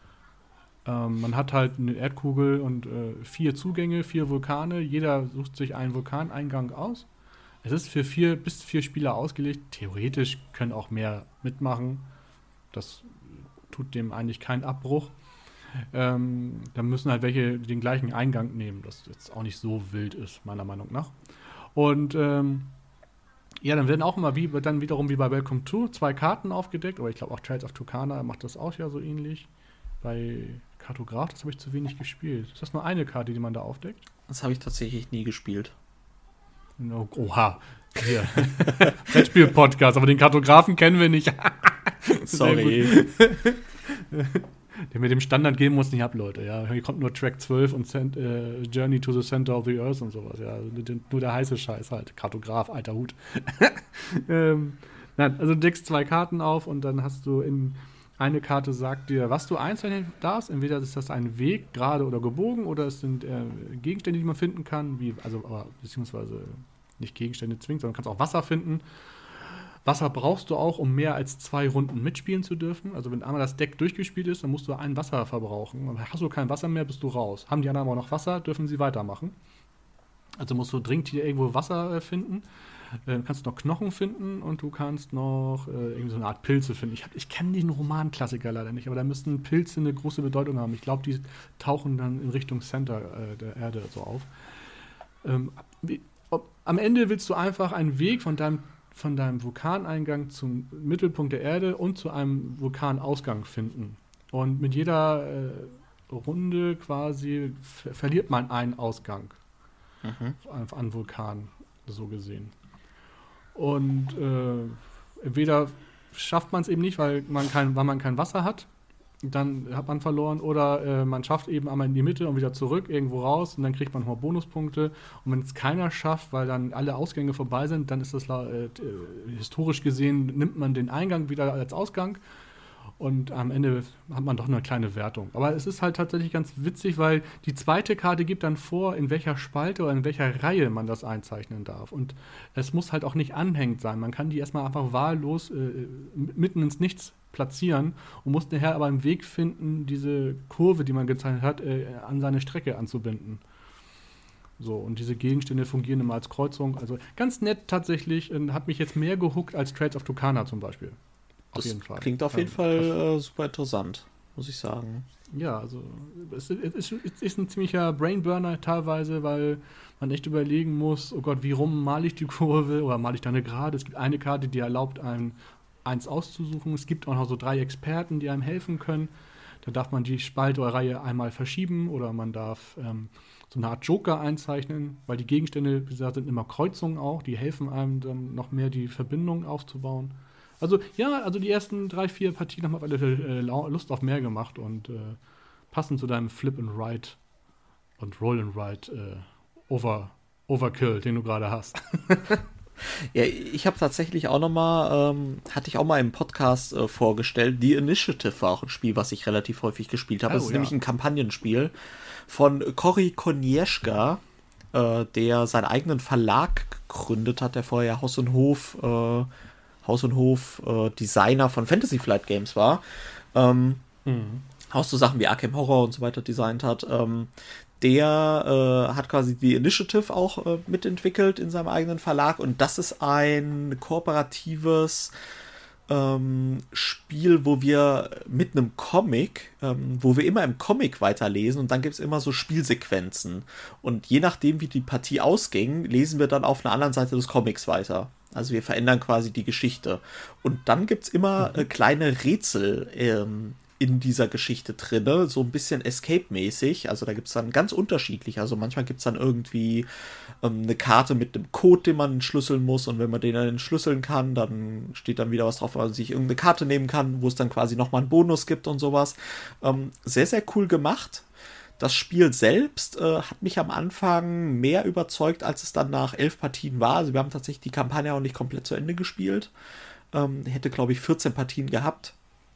Ähm, man hat halt eine Erdkugel und äh, vier Zugänge, vier Vulkane. Jeder sucht sich einen Vulkaneingang aus. Es ist für vier bis vier Spieler ausgelegt. Theoretisch können auch mehr mitmachen. Das tut dem eigentlich keinen Abbruch. Ähm, da müssen halt welche den gleichen Eingang nehmen, das jetzt auch nicht so wild ist, meiner Meinung nach. Und ähm, ja, dann werden auch immer wie dann wiederum wie bei Welcome to zwei Karten aufgedeckt, aber ich glaube auch Trails of Tucana macht das auch ja so ähnlich. Bei Kartograf, das habe ich zu wenig gespielt. Ist das nur eine Karte, die man da aufdeckt? Das habe ich tatsächlich nie gespielt. No, oha, hier. Brettspiel-Podcast, aber den Kartografen kennen wir nicht. Sorry. Der mit dem Standard geben muss nicht ab, Leute. Ja, hier kommt nur Track zwölf und Cent, äh, Journey to the Center of the Earth und sowas. Ja, nur der heiße Scheiß halt. Kartograf, alter Hut. ähm, nein, also du deckst zwei Karten auf und dann hast du in eine Karte sagt dir, was du einzeln darfst. Entweder ist das ein Weg, gerade oder gebogen, oder es sind äh, Gegenstände, die man finden kann, wie, also aber, beziehungsweise nicht Gegenstände zwingend, sondern du kannst auch Wasser finden. Wasser brauchst du auch, um mehr als zwei Runden mitspielen zu dürfen. Also wenn einmal das Deck durchgespielt ist, dann musst du ein Wasser verbrauchen. Und hast du kein Wasser mehr, bist du raus. Haben die anderen aber noch Wasser, dürfen sie weitermachen. Also musst du dringend hier irgendwo Wasser äh, finden. Äh, kannst noch Knochen finden und du kannst noch äh, irgendwie so eine Art Pilze finden. Ich, hab- ich kenne den Romanklassiker leider nicht, aber da müssten Pilze eine große Bedeutung haben. Ich glaube, die tauchen dann in Richtung Center äh, der Erde so auf. Ähm, wie, ob, am Ende willst du einfach einen Weg von deinem, von deinem Vulkaneingang zum Mittelpunkt der Erde und zu einem Vulkanausgang finden. Und mit jeder äh, Runde quasi ver verliert man einen Ausgang Mhm. an, an Vulkan, so gesehen. Und äh, entweder schafft man es eben nicht, weil man kein, weil man kein Wasser hat, dann hat man verloren, oder äh, man schafft eben einmal in die Mitte und wieder zurück, irgendwo raus, und dann kriegt man nochmal Bonuspunkte. Und wenn es keiner schafft, weil dann alle Ausgänge vorbei sind, dann ist das äh, historisch gesehen, nimmt man den Eingang wieder als Ausgang. Und am Ende hat man doch eine kleine Wertung. Aber es ist halt tatsächlich ganz witzig, weil die zweite Karte gibt dann vor, in welcher Spalte oder in welcher Reihe man das einzeichnen darf. Und es muss halt auch nicht anhängend sein. Man kann die erstmal einfach wahllos äh, mitten ins Nichts platzieren und muss nachher aber einen Weg finden, diese Kurve, die man gezeichnet hat, äh, an seine Strecke anzubinden. So, und diese Gegenstände fungieren immer als Kreuzung. Also ganz nett tatsächlich, äh, hat mich jetzt mehr gehuckt als Trails of Tucana zum Beispiel. Auf Das jeden Fall. klingt auf jeden Ähm, Fall äh, super interessant. muss ich sagen. Ja, also es ist, es ist ein ziemlicher Brainburner teilweise, weil man echt überlegen muss, oh Gott, wie rum male ich die Kurve oder male ich da eine Gerade? Es gibt eine Karte, die erlaubt einem, eins auszusuchen. Es gibt auch noch so drei Experten, die einem helfen können. Da darf man die Spalte oder Reihe einmal verschieben oder man darf ähm, so eine Art Joker einzeichnen, weil die Gegenstände, wie gesagt, sind immer Kreuzungen auch, die helfen einem dann noch mehr die Verbindung aufzubauen. Also ja, also die ersten drei, vier Partien haben auf alle Fälle äh, Lust auf mehr gemacht und äh, passen zu deinem Flip and Ride und Roll and Ride äh, Over, Overkill, den du gerade hast. Ja, ich habe tatsächlich auch noch mal, ähm, hatte ich auch mal im Podcast äh, vorgestellt, The Initiative war auch ein Spiel, was ich relativ häufig gespielt habe. Oh, Es ist ja. nämlich ein Kampagnenspiel von Cory Konieschka, äh, der seinen eigenen Verlag gegründet hat, der vorher Haus und Hof äh, Haus und Hof äh, Designer von Fantasy Flight Games war. Ähm, mhm. Auch so Sachen wie Arkham Horror und so weiter designt hat. Ähm, der äh, hat quasi die Initiative auch äh, mitentwickelt in seinem eigenen Verlag und das ist ein kooperatives ähm, Spiel, wo wir mit einem Comic, ähm, wo wir immer im Comic weiterlesen und dann gibt es immer so Spielsequenzen und je nachdem, wie die Partie ausging, lesen wir dann auf einer anderen Seite des Comics weiter. Also wir verändern quasi die Geschichte. Und dann gibt es immer äh, kleine Rätsel ähm, in dieser Geschichte drinne, so ein bisschen Escape-mäßig. Also da gibt es dann ganz unterschiedlich. Also manchmal gibt es dann irgendwie ähm, eine Karte mit einem Code, den man entschlüsseln muss. Und wenn man den dann entschlüsseln kann, dann steht dann wieder was drauf, wo man sich irgendeine Karte nehmen kann, wo es dann quasi nochmal einen Bonus gibt und sowas. Ähm, sehr, sehr cool gemacht. Das Spiel selbst äh, hat mich am Anfang mehr überzeugt, als es dann nach elf Partien war. Also wir haben tatsächlich die Kampagne auch nicht komplett zu Ende gespielt. Ähm, hätte, glaube ich, vierzehn Partien gehabt.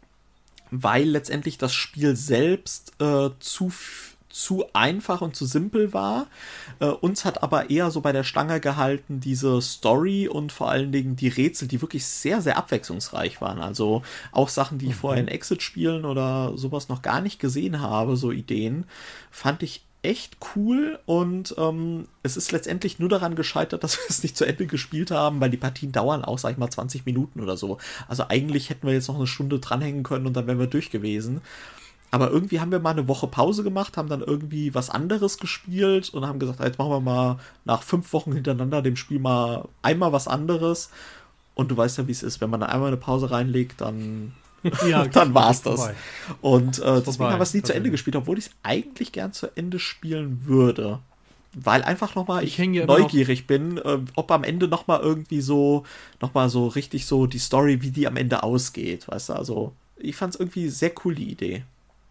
Weil letztendlich das Spiel selbst äh, zu, zu einfach und zu simpel war. Äh, uns hat aber eher so bei der Stange gehalten diese Story und vor allen Dingen die Rätsel, die wirklich sehr, sehr abwechslungsreich waren. Also auch Sachen, die ich vorher in Exit-Spielen oder sowas noch gar nicht gesehen habe, so Ideen, fand ich echt cool und ähm, es ist letztendlich nur daran gescheitert, dass wir es nicht zu Ende gespielt haben, weil die Partien dauern auch, sag ich mal, zwanzig Minuten oder so. Also eigentlich hätten wir jetzt noch eine Stunde dranhängen können und dann wären wir durch gewesen. Aber irgendwie haben wir mal eine Woche Pause gemacht, haben dann irgendwie was anderes gespielt und haben gesagt, jetzt machen wir mal nach fünf Wochen hintereinander dem Spiel mal einmal was anderes. Und du weißt ja, wie es ist, wenn man dann einmal eine Pause reinlegt, dann... Ja, dann war's das. Vorbei. Und äh, deswegen haben wir es nie zu Ende gespielt, obwohl ich es eigentlich gern zu Ende spielen würde. Weil einfach nochmal ich, ich neugierig bin, äh, ob am Ende nochmal irgendwie so, nochmal so richtig so die Story, wie die am Ende ausgeht, weißt du, also ich fand es irgendwie sehr cool, die Idee.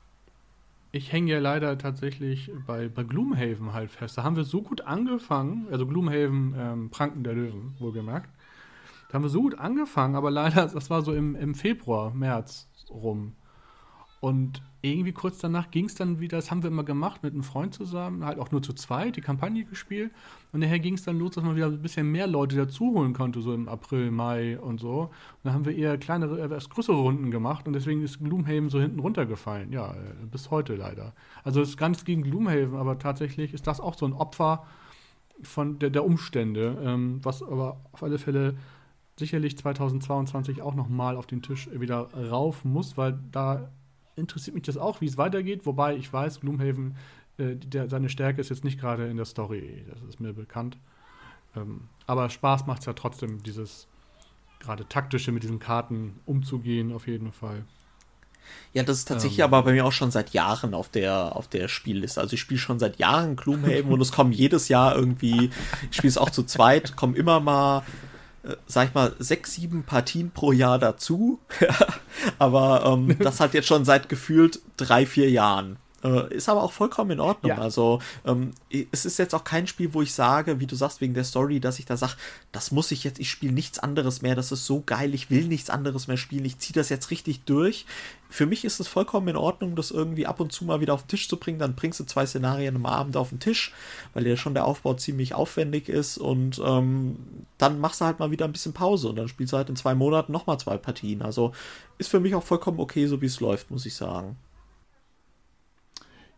Ich hänge ja leider tatsächlich bei, bei Gloomhaven halt fest. Da haben wir so gut angefangen, also Gloomhaven, ähm, Pranken der Löwen, wohlgemerkt. Da haben wir so gut angefangen, aber leider, das war so im, im Februar, März rum. Und irgendwie kurz danach ging es dann wieder, das haben wir immer gemacht mit einem Freund zusammen, halt auch nur zu zweit, die Kampagne gespielt. Und nachher ging es dann los, dass man wieder ein bisschen mehr Leute dazu holen konnte, so im April, Mai und so. Und dann haben wir eher kleinere, etwas größere Runden gemacht und deswegen ist Gloomhaven so hinten runtergefallen. Ja, bis heute leider. Also es ist gar nichts gegen Gloomhaven, aber tatsächlich ist das auch so ein Opfer von der, der Umstände, ähm, was aber auf alle Fälle sicherlich zweitausendzweiundzwanzig auch nochmal auf den Tisch wieder rauf muss, weil da interessiert mich das auch, wie es weitergeht, wobei ich weiß, Gloomhaven, äh, der, seine Stärke ist jetzt nicht gerade in der Story, das ist mir bekannt. Ähm, aber Spaß macht es ja trotzdem, dieses gerade taktische mit diesen Karten umzugehen, auf jeden Fall. Ja, das ist tatsächlich ähm, aber bei mir auch schon seit Jahren auf der, auf der Spielliste. Also ich spiele schon seit Jahren Gloomhaven und es kommen jedes Jahr irgendwie, ich spiele es auch zu zweit, kommen immer mal sag ich mal, sechs, sieben Partien pro Jahr dazu. Aber ähm, das hat jetzt schon seit gefühlt drei, vier Jahren. Äh, ist aber auch vollkommen in Ordnung. Ja. Also ähm, es ist jetzt auch kein Spiel, wo ich sage, wie du sagst, wegen der Story, dass ich da sage, das muss ich jetzt, ich spiele nichts anderes mehr, das ist so geil, ich will nichts anderes mehr spielen, ich ziehe das jetzt richtig durch. Für mich ist es vollkommen in Ordnung, das irgendwie ab und zu mal wieder auf den Tisch zu bringen, dann bringst du zwei Szenarien am Abend auf den Tisch, weil ja schon der Aufbau ziemlich aufwendig ist und ähm, dann machst du halt mal wieder ein bisschen Pause und dann spielst du halt in zwei Monaten nochmal zwei Partien. Also ist für mich auch vollkommen okay, so wie es läuft, muss ich sagen.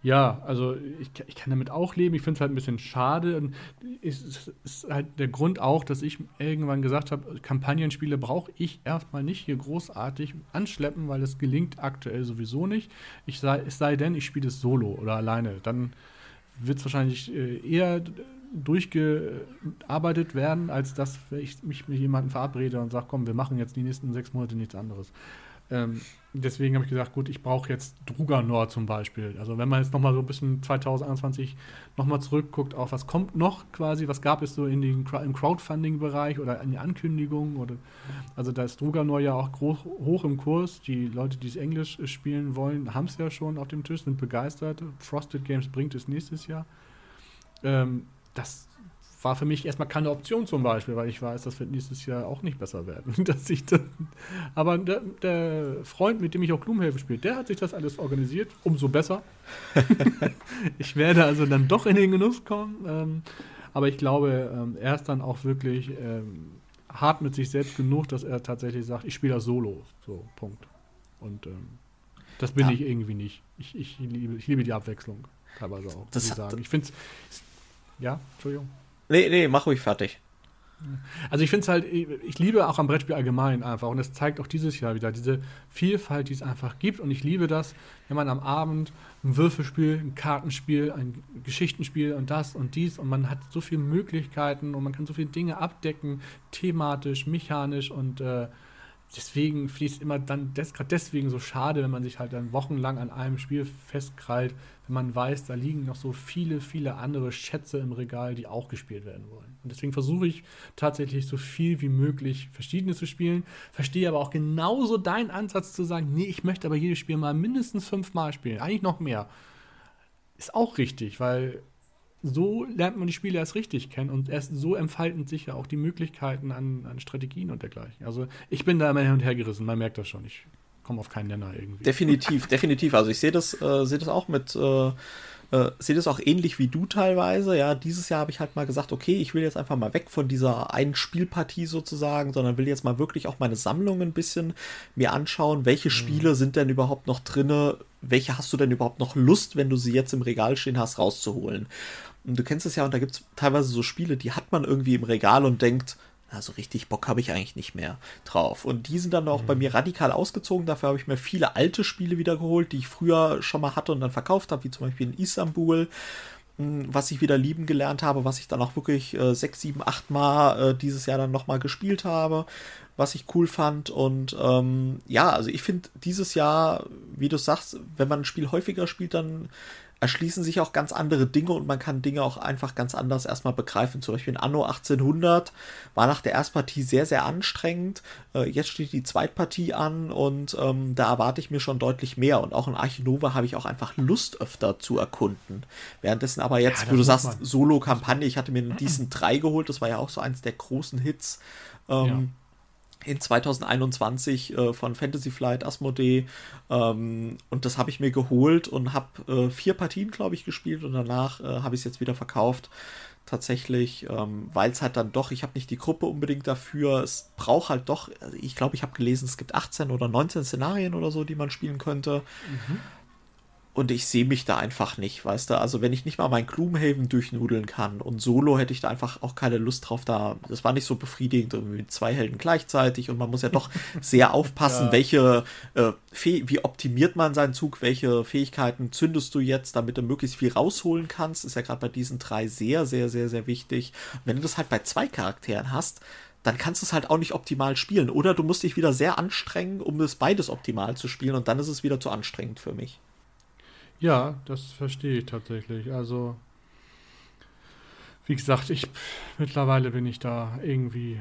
Ja, also ich, ich kann damit auch leben. Ich finde es halt ein bisschen schade. Und es ist, ist halt der Grund auch, dass ich irgendwann gesagt habe, Kampagnenspiele brauche ich erstmal nicht hier großartig anschleppen, weil das gelingt aktuell sowieso nicht. Ich sei, es sei denn, ich spiele es solo oder alleine. Dann wird es wahrscheinlich äh, eher durchgearbeitet werden, als dass ich mich mit jemandem verabrede und sage, komm, wir machen jetzt die nächsten sechs Monate nichts anderes. Ähm, deswegen habe ich gesagt, gut, ich brauche jetzt Druganor zum Beispiel. Also wenn man jetzt nochmal so ein bisschen zwanzig einundzwanzig nochmal zurückguckt, auf was kommt noch quasi, was gab es so in den, im Crowdfunding-Bereich oder in die Ankündigungen. Oder, also da ist Druganor ja auch groß, hoch im Kurs. Die Leute, die es Englisch spielen wollen, haben es ja schon auf dem Tisch, sind begeistert. Frosted Games bringt es nächstes Jahr. Ähm, das war für mich erstmal keine Option zum Beispiel, weil ich weiß, das wird nächstes Jahr auch nicht besser werden. Dass ich das, aber der, der Freund, mit dem ich auch Gloomhaven spiele, der hat sich das alles organisiert, umso besser. Ich werde also dann doch in den Genuss kommen. Ähm, aber ich glaube, ähm, er ist dann auch wirklich ähm, hart mit sich selbst genug, dass er tatsächlich sagt, ich spiele das solo. So, Punkt. Und ähm, das bin ja. ich irgendwie nicht. Ich, ich, liebe, ich liebe die Abwechslung teilweise auch, muss ich sagen. Ich finde es... Ja, Entschuldigung. Nee, nee, mach ruhig fertig. Also ich finde es halt, ich liebe auch am Brettspiel allgemein einfach und es zeigt auch dieses Jahr wieder diese Vielfalt, die es einfach gibt und ich liebe das, wenn man am Abend ein Würfelspiel, ein Kartenspiel, ein Geschichtenspiel und das und dies und man hat so viele Möglichkeiten und man kann so viele Dinge abdecken, thematisch, mechanisch und äh, deswegen finde ich es immer dann des, gerade deswegen so schade, wenn man sich halt dann wochenlang an einem Spiel festkrallt, wenn man weiß, da liegen noch so viele, viele andere Schätze im Regal, die auch gespielt werden wollen. Und deswegen versuche ich tatsächlich so viel wie möglich verschiedene zu spielen, verstehe aber auch genauso deinen Ansatz zu sagen, nee, ich möchte aber jedes Spiel mal mindestens fünfmal spielen, eigentlich noch mehr. Ist auch richtig, weil so lernt man die Spiele erst richtig kennen und erst so entfalten sich ja auch die Möglichkeiten an, an Strategien und dergleichen. Also ich bin da immer hin und her gerissen, man merkt das schon. Ich komme auf keinen Nenner irgendwie. Definitiv, definitiv. Also ich sehe das, äh, sehe das auch mit, äh, äh, sehe das auch ähnlich wie du teilweise. Ja, dieses Jahr habe ich halt mal gesagt, okay, ich will jetzt einfach mal weg von dieser einen Spielpartie sozusagen, sondern will jetzt mal wirklich auch meine Sammlung ein bisschen mir anschauen, welche mhm. Spiele sind denn überhaupt noch drinne, welche hast du denn überhaupt noch Lust, wenn du sie jetzt im Regal stehen hast, rauszuholen. Und du kennst es ja, und da gibt es teilweise so Spiele, die hat man irgendwie im Regal und denkt, also richtig Bock habe ich eigentlich nicht mehr drauf. Und die sind dann auch mhm. bei mir radikal ausgezogen. Dafür habe ich mir viele alte Spiele wieder geholt, die ich früher schon mal hatte und dann verkauft habe, wie zum Beispiel in Istanbul, was ich wieder lieben gelernt habe, was ich dann auch wirklich äh, sechs, sieben, acht Mal äh, dieses Jahr dann nochmal gespielt habe, was ich cool fand. Und ähm, ja, also ich finde dieses Jahr, wie du sagst, wenn man ein Spiel häufiger spielt, dann erschließen sich auch ganz andere Dinge und man kann Dinge auch einfach ganz anders erstmal begreifen. Zum Beispiel in Anno achtzehnhundert war nach der Erstpartie sehr, sehr anstrengend. Äh, jetzt steht die Zweitpartie an und ähm, da erwarte ich mir schon deutlich mehr. Und auch in Arche Nova habe ich auch einfach Lust öfter zu erkunden. Währenddessen aber jetzt, ja, wo du sagst, Solo-Kampagne, ich hatte mir einen Decent drei geholt, das war ja auch so eins der großen Hits. Ähm, ja. in zwanzig einundzwanzig äh, von Fantasy Flight Asmodee ähm, und das habe ich mir geholt und habe äh, vier Partien, glaube ich, gespielt und danach äh, habe ich es jetzt wieder verkauft, tatsächlich, ähm, weil es halt dann doch, ich habe nicht die Gruppe unbedingt dafür, es braucht halt doch, ich glaube, ich habe gelesen, es gibt achtzehn oder neunzehn Szenarien oder so, die man spielen könnte. Mhm. Und ich sehe mich da einfach nicht, weißt du, also wenn ich nicht mal mein Gloomhaven durchnudeln kann und solo hätte ich da einfach auch keine Lust drauf, da, das war nicht so befriedigend, irgendwie mit zwei Helden gleichzeitig und man muss ja doch sehr aufpassen, ja. welche, äh, Fäh- wie optimiert man seinen Zug, welche Fähigkeiten zündest du jetzt, damit du möglichst viel rausholen kannst, ist ja gerade bei diesen drei sehr, sehr, sehr, sehr wichtig. Und wenn du das halt bei zwei Charakteren hast, dann kannst du es halt auch nicht optimal spielen oder du musst dich wieder sehr anstrengen, um das beides optimal zu spielen und dann ist es wieder zu anstrengend für mich. Ja, das verstehe ich tatsächlich. Also, wie gesagt, ich mittlerweile bin ich da irgendwie.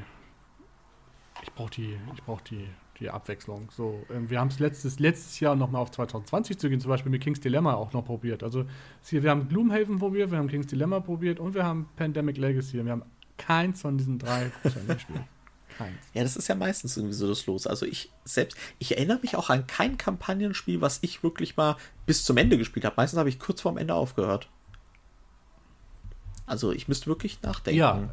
Ich brauche die, ich brauche die, die Abwechslung. So, ähm, wir haben es letztes, letztes Jahr nochmal auf zwanzig zwanzig zu gehen, zum Beispiel mit King's Dilemma auch noch probiert. Also, wir haben Gloomhaven probiert, wir haben King's Dilemma probiert und wir haben Pandemic Legacy. Und wir haben keins von diesen drei gespielt. Keins. Ja, das ist ja meistens irgendwie so das Los. Also ich selbst, ich erinnere mich auch an kein Kampagnenspiel, was ich wirklich mal bis zum Ende gespielt habe. Meistens habe ich kurz vorm Ende aufgehört. Also ich müsste wirklich nachdenken. Ja.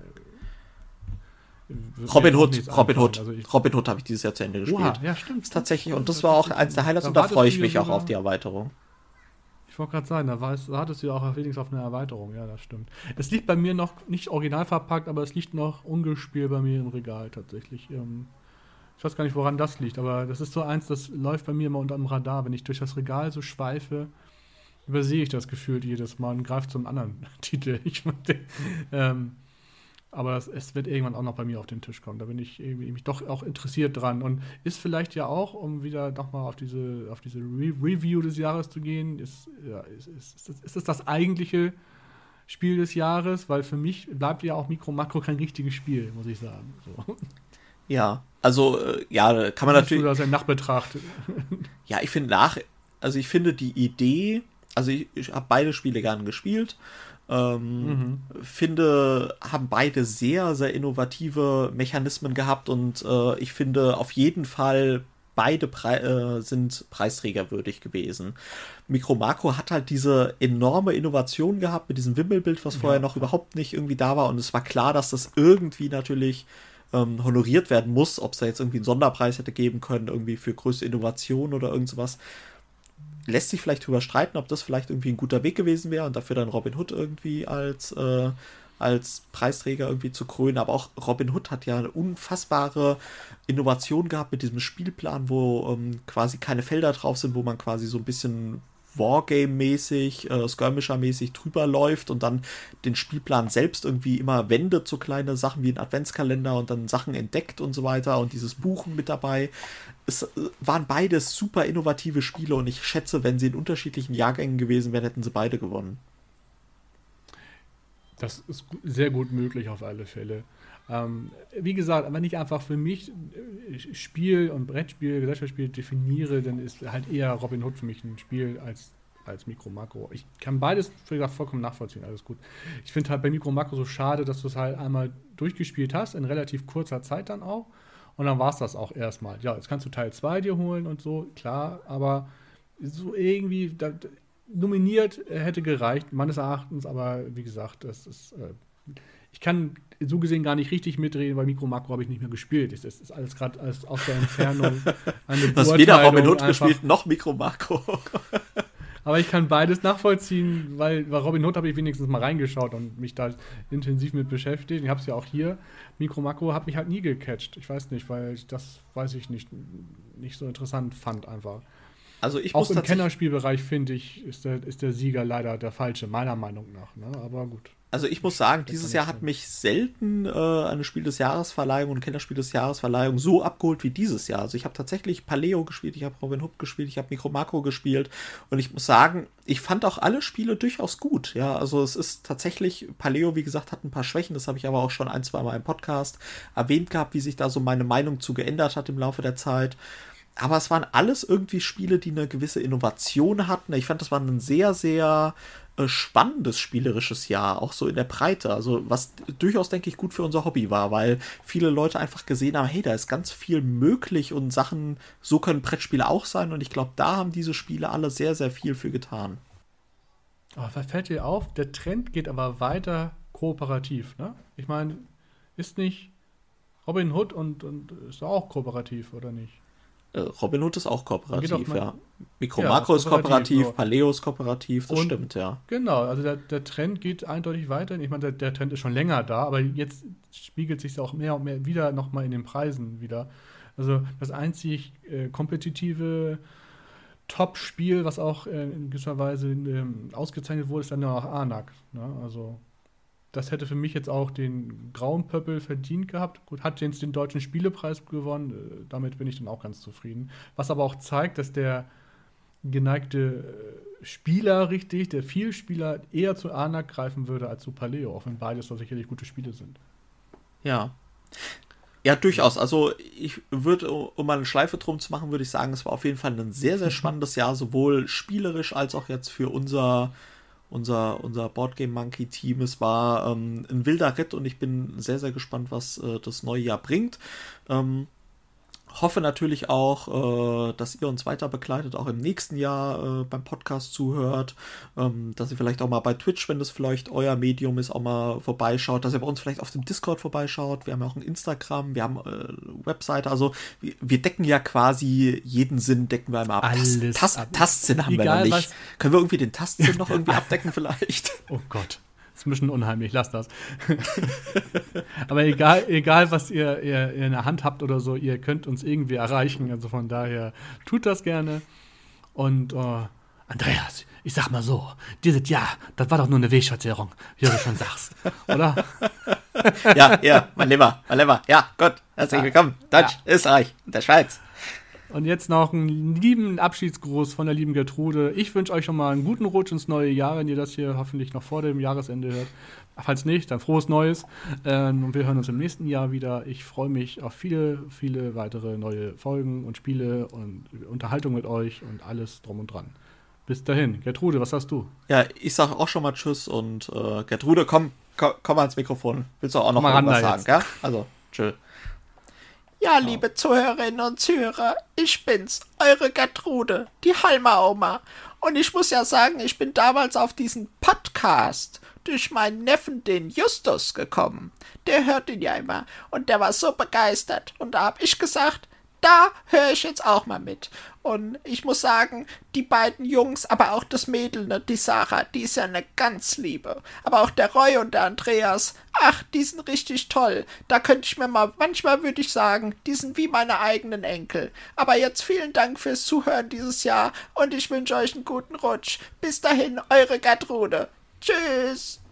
Robin Hood, Robin Hood, also Robin Hood habe ich dieses Jahr zu Ende gespielt. Oha, ja, stimmt. Das tatsächlich, und das war auch eins der Highlights und da freue ich mich auch auf die Erweiterung. wollte gerade sagen, da, war es, da hattest du ja auch wenigstens auf eine Erweiterung. Ja, das stimmt. Es liegt bei mir noch nicht original verpackt, aber es liegt noch ungespielt bei mir im Regal tatsächlich. Ähm, ich weiß gar nicht, woran das liegt, aber das ist so eins, das läuft bei mir immer unter dem Radar. Wenn ich durch das Regal so schweife, übersehe ich das gefühlt jedes Mal und greife zum anderen Titel. Ich meine, ähm, aber das, es wird irgendwann auch noch bei mir auf den Tisch kommen. Da bin ich irgendwie mich doch auch interessiert dran. Und ist vielleicht ja auch, um wieder nochmal auf diese, auf diese Re- Review des Jahres zu gehen, ist, ja, ist, ist, ist, ist, ist das das eigentliche Spiel des Jahres? Weil für mich bleibt ja auch Micro Macro kein richtiges Spiel, muss ich sagen. So. Ja, also, äh, ja, kann man Siehst natürlich. Du das ja Nachbetracht. Ja, ich finde nach, also ich finde die Idee, also ich, ich habe beide Spiele gerne gespielt. Ähm, mhm. Finde, haben beide sehr, sehr innovative Mechanismen gehabt und äh, ich finde auf jeden Fall beide Pre- äh, sind preisträgerwürdig gewesen. Micro Macro hat halt diese enorme Innovation gehabt mit diesem Wimmelbild, was vorher ja. noch überhaupt nicht irgendwie da war und es war klar, dass das irgendwie natürlich ähm, honoriert werden muss, ob es da jetzt irgendwie einen Sonderpreis hätte geben können, irgendwie für größte Innovation oder irgend sowas. Lässt sich vielleicht drüber streiten, ob das vielleicht irgendwie ein guter Weg gewesen wäre und dafür dann Robin Hood irgendwie als, äh, als Preisträger irgendwie zu krönen. Aber auch Robin Hood hat ja eine unfassbare Innovation gehabt mit diesem Spielplan, wo ähm, quasi keine Felder drauf sind, wo man quasi so ein bisschen Wargame-mäßig, äh, Skirmisher-mäßig drüber läuft und dann den Spielplan selbst irgendwie immer wendet, so kleine Sachen wie ein Adventskalender und dann Sachen entdeckt und so weiter und dieses Buchen mit dabei. Es waren beides super innovative Spiele und ich schätze, wenn sie in unterschiedlichen Jahrgängen gewesen wären, hätten sie beide gewonnen. Das ist sehr gut möglich auf alle Fälle. Ähm, wie gesagt, wenn ich einfach für mich Spiel und Brettspiel, Gesellschaftsspiel definiere, dann ist halt eher Robin Hood für mich ein Spiel als, als Micro Macro. Ich kann beides, wie gesagt, vollkommen nachvollziehen, alles gut. Ich finde halt bei Micro Macro so schade, dass du es halt einmal durchgespielt hast, in relativ kurzer Zeit dann auch. Und dann war es das auch erstmal. Ja, jetzt kannst du Teil zwei dir holen und so, klar, aber so irgendwie da, nominiert hätte gereicht, meines Erachtens, aber wie gesagt, das ist, äh, ich kann so gesehen gar nicht richtig mitreden, weil Micro Macro habe ich nicht mehr gespielt. Das ist alles gerade aus der Entfernung eine Du hast weder Robin Hood gespielt, noch Micro Macro. Aber ich kann beides nachvollziehen, weil bei Robin Hood habe ich wenigstens mal reingeschaut und mich da intensiv mit beschäftigt. Ich habe es ja auch hier. Micro Macro hat mich halt nie gecatcht. Ich weiß nicht, weil ich das, weiß ich nicht, nicht so interessant fand einfach. Also ich auch muss im Kennerspielbereich, finde ich, ist der, ist der Sieger leider der falsche, meiner Meinung nach. Ne? Aber gut. Also ich muss sagen, dieses Jahr hat mich selten äh, eine Spiel des Jahresverleihung und Kennerspiel des Jahresverleihung so abgeholt wie dieses Jahr. Also ich habe tatsächlich Paleo gespielt, ich habe Robin Hood gespielt, ich habe Micro Macro gespielt und ich muss sagen, ich fand auch alle Spiele durchaus gut. Ja, also es ist tatsächlich, Paleo, wie gesagt, hat ein paar Schwächen, das habe ich aber auch schon ein, zwei Mal im Podcast erwähnt gehabt, wie sich da so meine Meinung zu geändert hat im Laufe der Zeit. Aber es waren alles irgendwie Spiele, die eine gewisse Innovation hatten. Ich fand, das war ein sehr, sehr äh, spannendes spielerisches Jahr, auch so in der Breite. Also was durchaus, denke ich, gut für unser Hobby war, weil viele Leute einfach gesehen haben, hey, da ist ganz viel möglich und Sachen, so können Brettspiele auch sein. Und ich glaube, da haben diese Spiele alle sehr, sehr viel für getan. Aber was fällt dir auf? Der Trend geht aber weiter kooperativ, ne? Ich meine, ist nicht Robin Hood und, und ist auch kooperativ, oder nicht? Robin Hood ist auch kooperativ, mal, ja. Micro ja, Macro ist kooperativ, so. Paleo ist kooperativ, das und, stimmt, ja. Genau, also der, der Trend geht eindeutig weiter. Ich meine, der, der Trend ist schon länger da, aber jetzt spiegelt sich auch mehr und mehr wieder nochmal in den Preisen wieder. Also das einzig äh, kompetitive Top-Spiel, was auch äh, in gewisser Weise äh, ausgezeichnet wurde, ist dann noch Anak. Ne? Also das hätte für mich jetzt auch den grauen Pöppel verdient gehabt. Gut, hat jetzt den deutschen Spielepreis gewonnen. Damit bin ich dann auch ganz zufrieden. Was aber auch zeigt, dass der geneigte Spieler richtig, der Vielspieler eher zu Anak greifen würde als zu Paleo, auch wenn beides doch sicherlich gute Spiele sind. Ja. Ja, durchaus. Also ich würde, um mal eine Schleife drum zu machen, würde ich sagen, es war auf jeden Fall ein sehr, sehr spannendes Jahr, sowohl spielerisch als auch jetzt für unser Unser, unser Boardgame Monkey Team. Es war ähm, ein wilder Ritt und ich bin sehr, sehr gespannt, was äh, das neue Jahr bringt. Ähm, hoffe natürlich auch, äh, dass ihr uns weiter begleitet, auch im nächsten Jahr äh, beim Podcast zuhört, ähm, dass ihr vielleicht auch mal bei Twitch, wenn das vielleicht euer Medium ist, auch mal vorbeischaut, dass ihr bei uns vielleicht auf dem Discord vorbeischaut. Wir haben ja auch ein Instagram, wir haben äh, Webseite, also wir, wir decken ja quasi jeden Sinn, decken wir einmal ab. Alles Tast, ab. Tastsinn haben Egal, wir noch nicht. was- Können wir irgendwie den Tastsinn noch irgendwie abdecken vielleicht? Oh Gott, das ist ein bisschen unheimlich, lasst das. Aber egal, egal was ihr, ihr, ihr in der Hand habt oder so, ihr könnt uns irgendwie erreichen. Also von daher tut das gerne. Und äh, Andreas, ich sag mal so, dieses Jahr, das war doch nur eine Wegverzerrung, wie du schon sagst, oder? Ja, ja, mein Lieber, mein Lieber. Ja, gut, herzlich willkommen. Deutsch, Ja. Österreich, in der Schweiz. Und jetzt noch einen lieben Abschiedsgruß von der lieben Gertrude. Ich wünsche euch schon mal einen guten Rutsch ins neue Jahr, wenn ihr das hier hoffentlich noch vor dem Jahresende hört. Falls nicht, dann frohes Neues. Ähm, und wir hören uns im nächsten Jahr wieder. Ich freue mich auf viele, viele weitere neue Folgen und Spiele und Unterhaltung mit euch und alles drum und dran. Bis dahin. Gertrude, was hast du? Ja, ich sage auch schon mal Tschüss und äh, Gertrude, komm, komm, komm mal ans Mikrofon. Willst du auch noch mal ran irgendwas da sagen, gell? Also, tschö. Ja, liebe Zuhörerinnen und Zuhörer, ich bin's, eure Gertrude, die Halma-Oma. Und ich muss ja sagen, ich bin damals auf diesen Podcast durch meinen Neffen, den Justus, gekommen. Der hört ihn ja immer und der war so begeistert. Und da hab ich gesagt, da höre ich jetzt auch mal mit. Und ich muss sagen, die beiden Jungs, aber auch das Mädel, ne, die Sarah, die ist ja eine ganz liebe. Aber auch der Roy und der Andreas, ach, die sind richtig toll. Da könnte ich mir mal, manchmal würde ich sagen, die sind wie meine eigenen Enkel. Aber jetzt vielen Dank fürs Zuhören dieses Jahr und ich wünsche euch einen guten Rutsch. Bis dahin, eure Gertrude. Tschüss.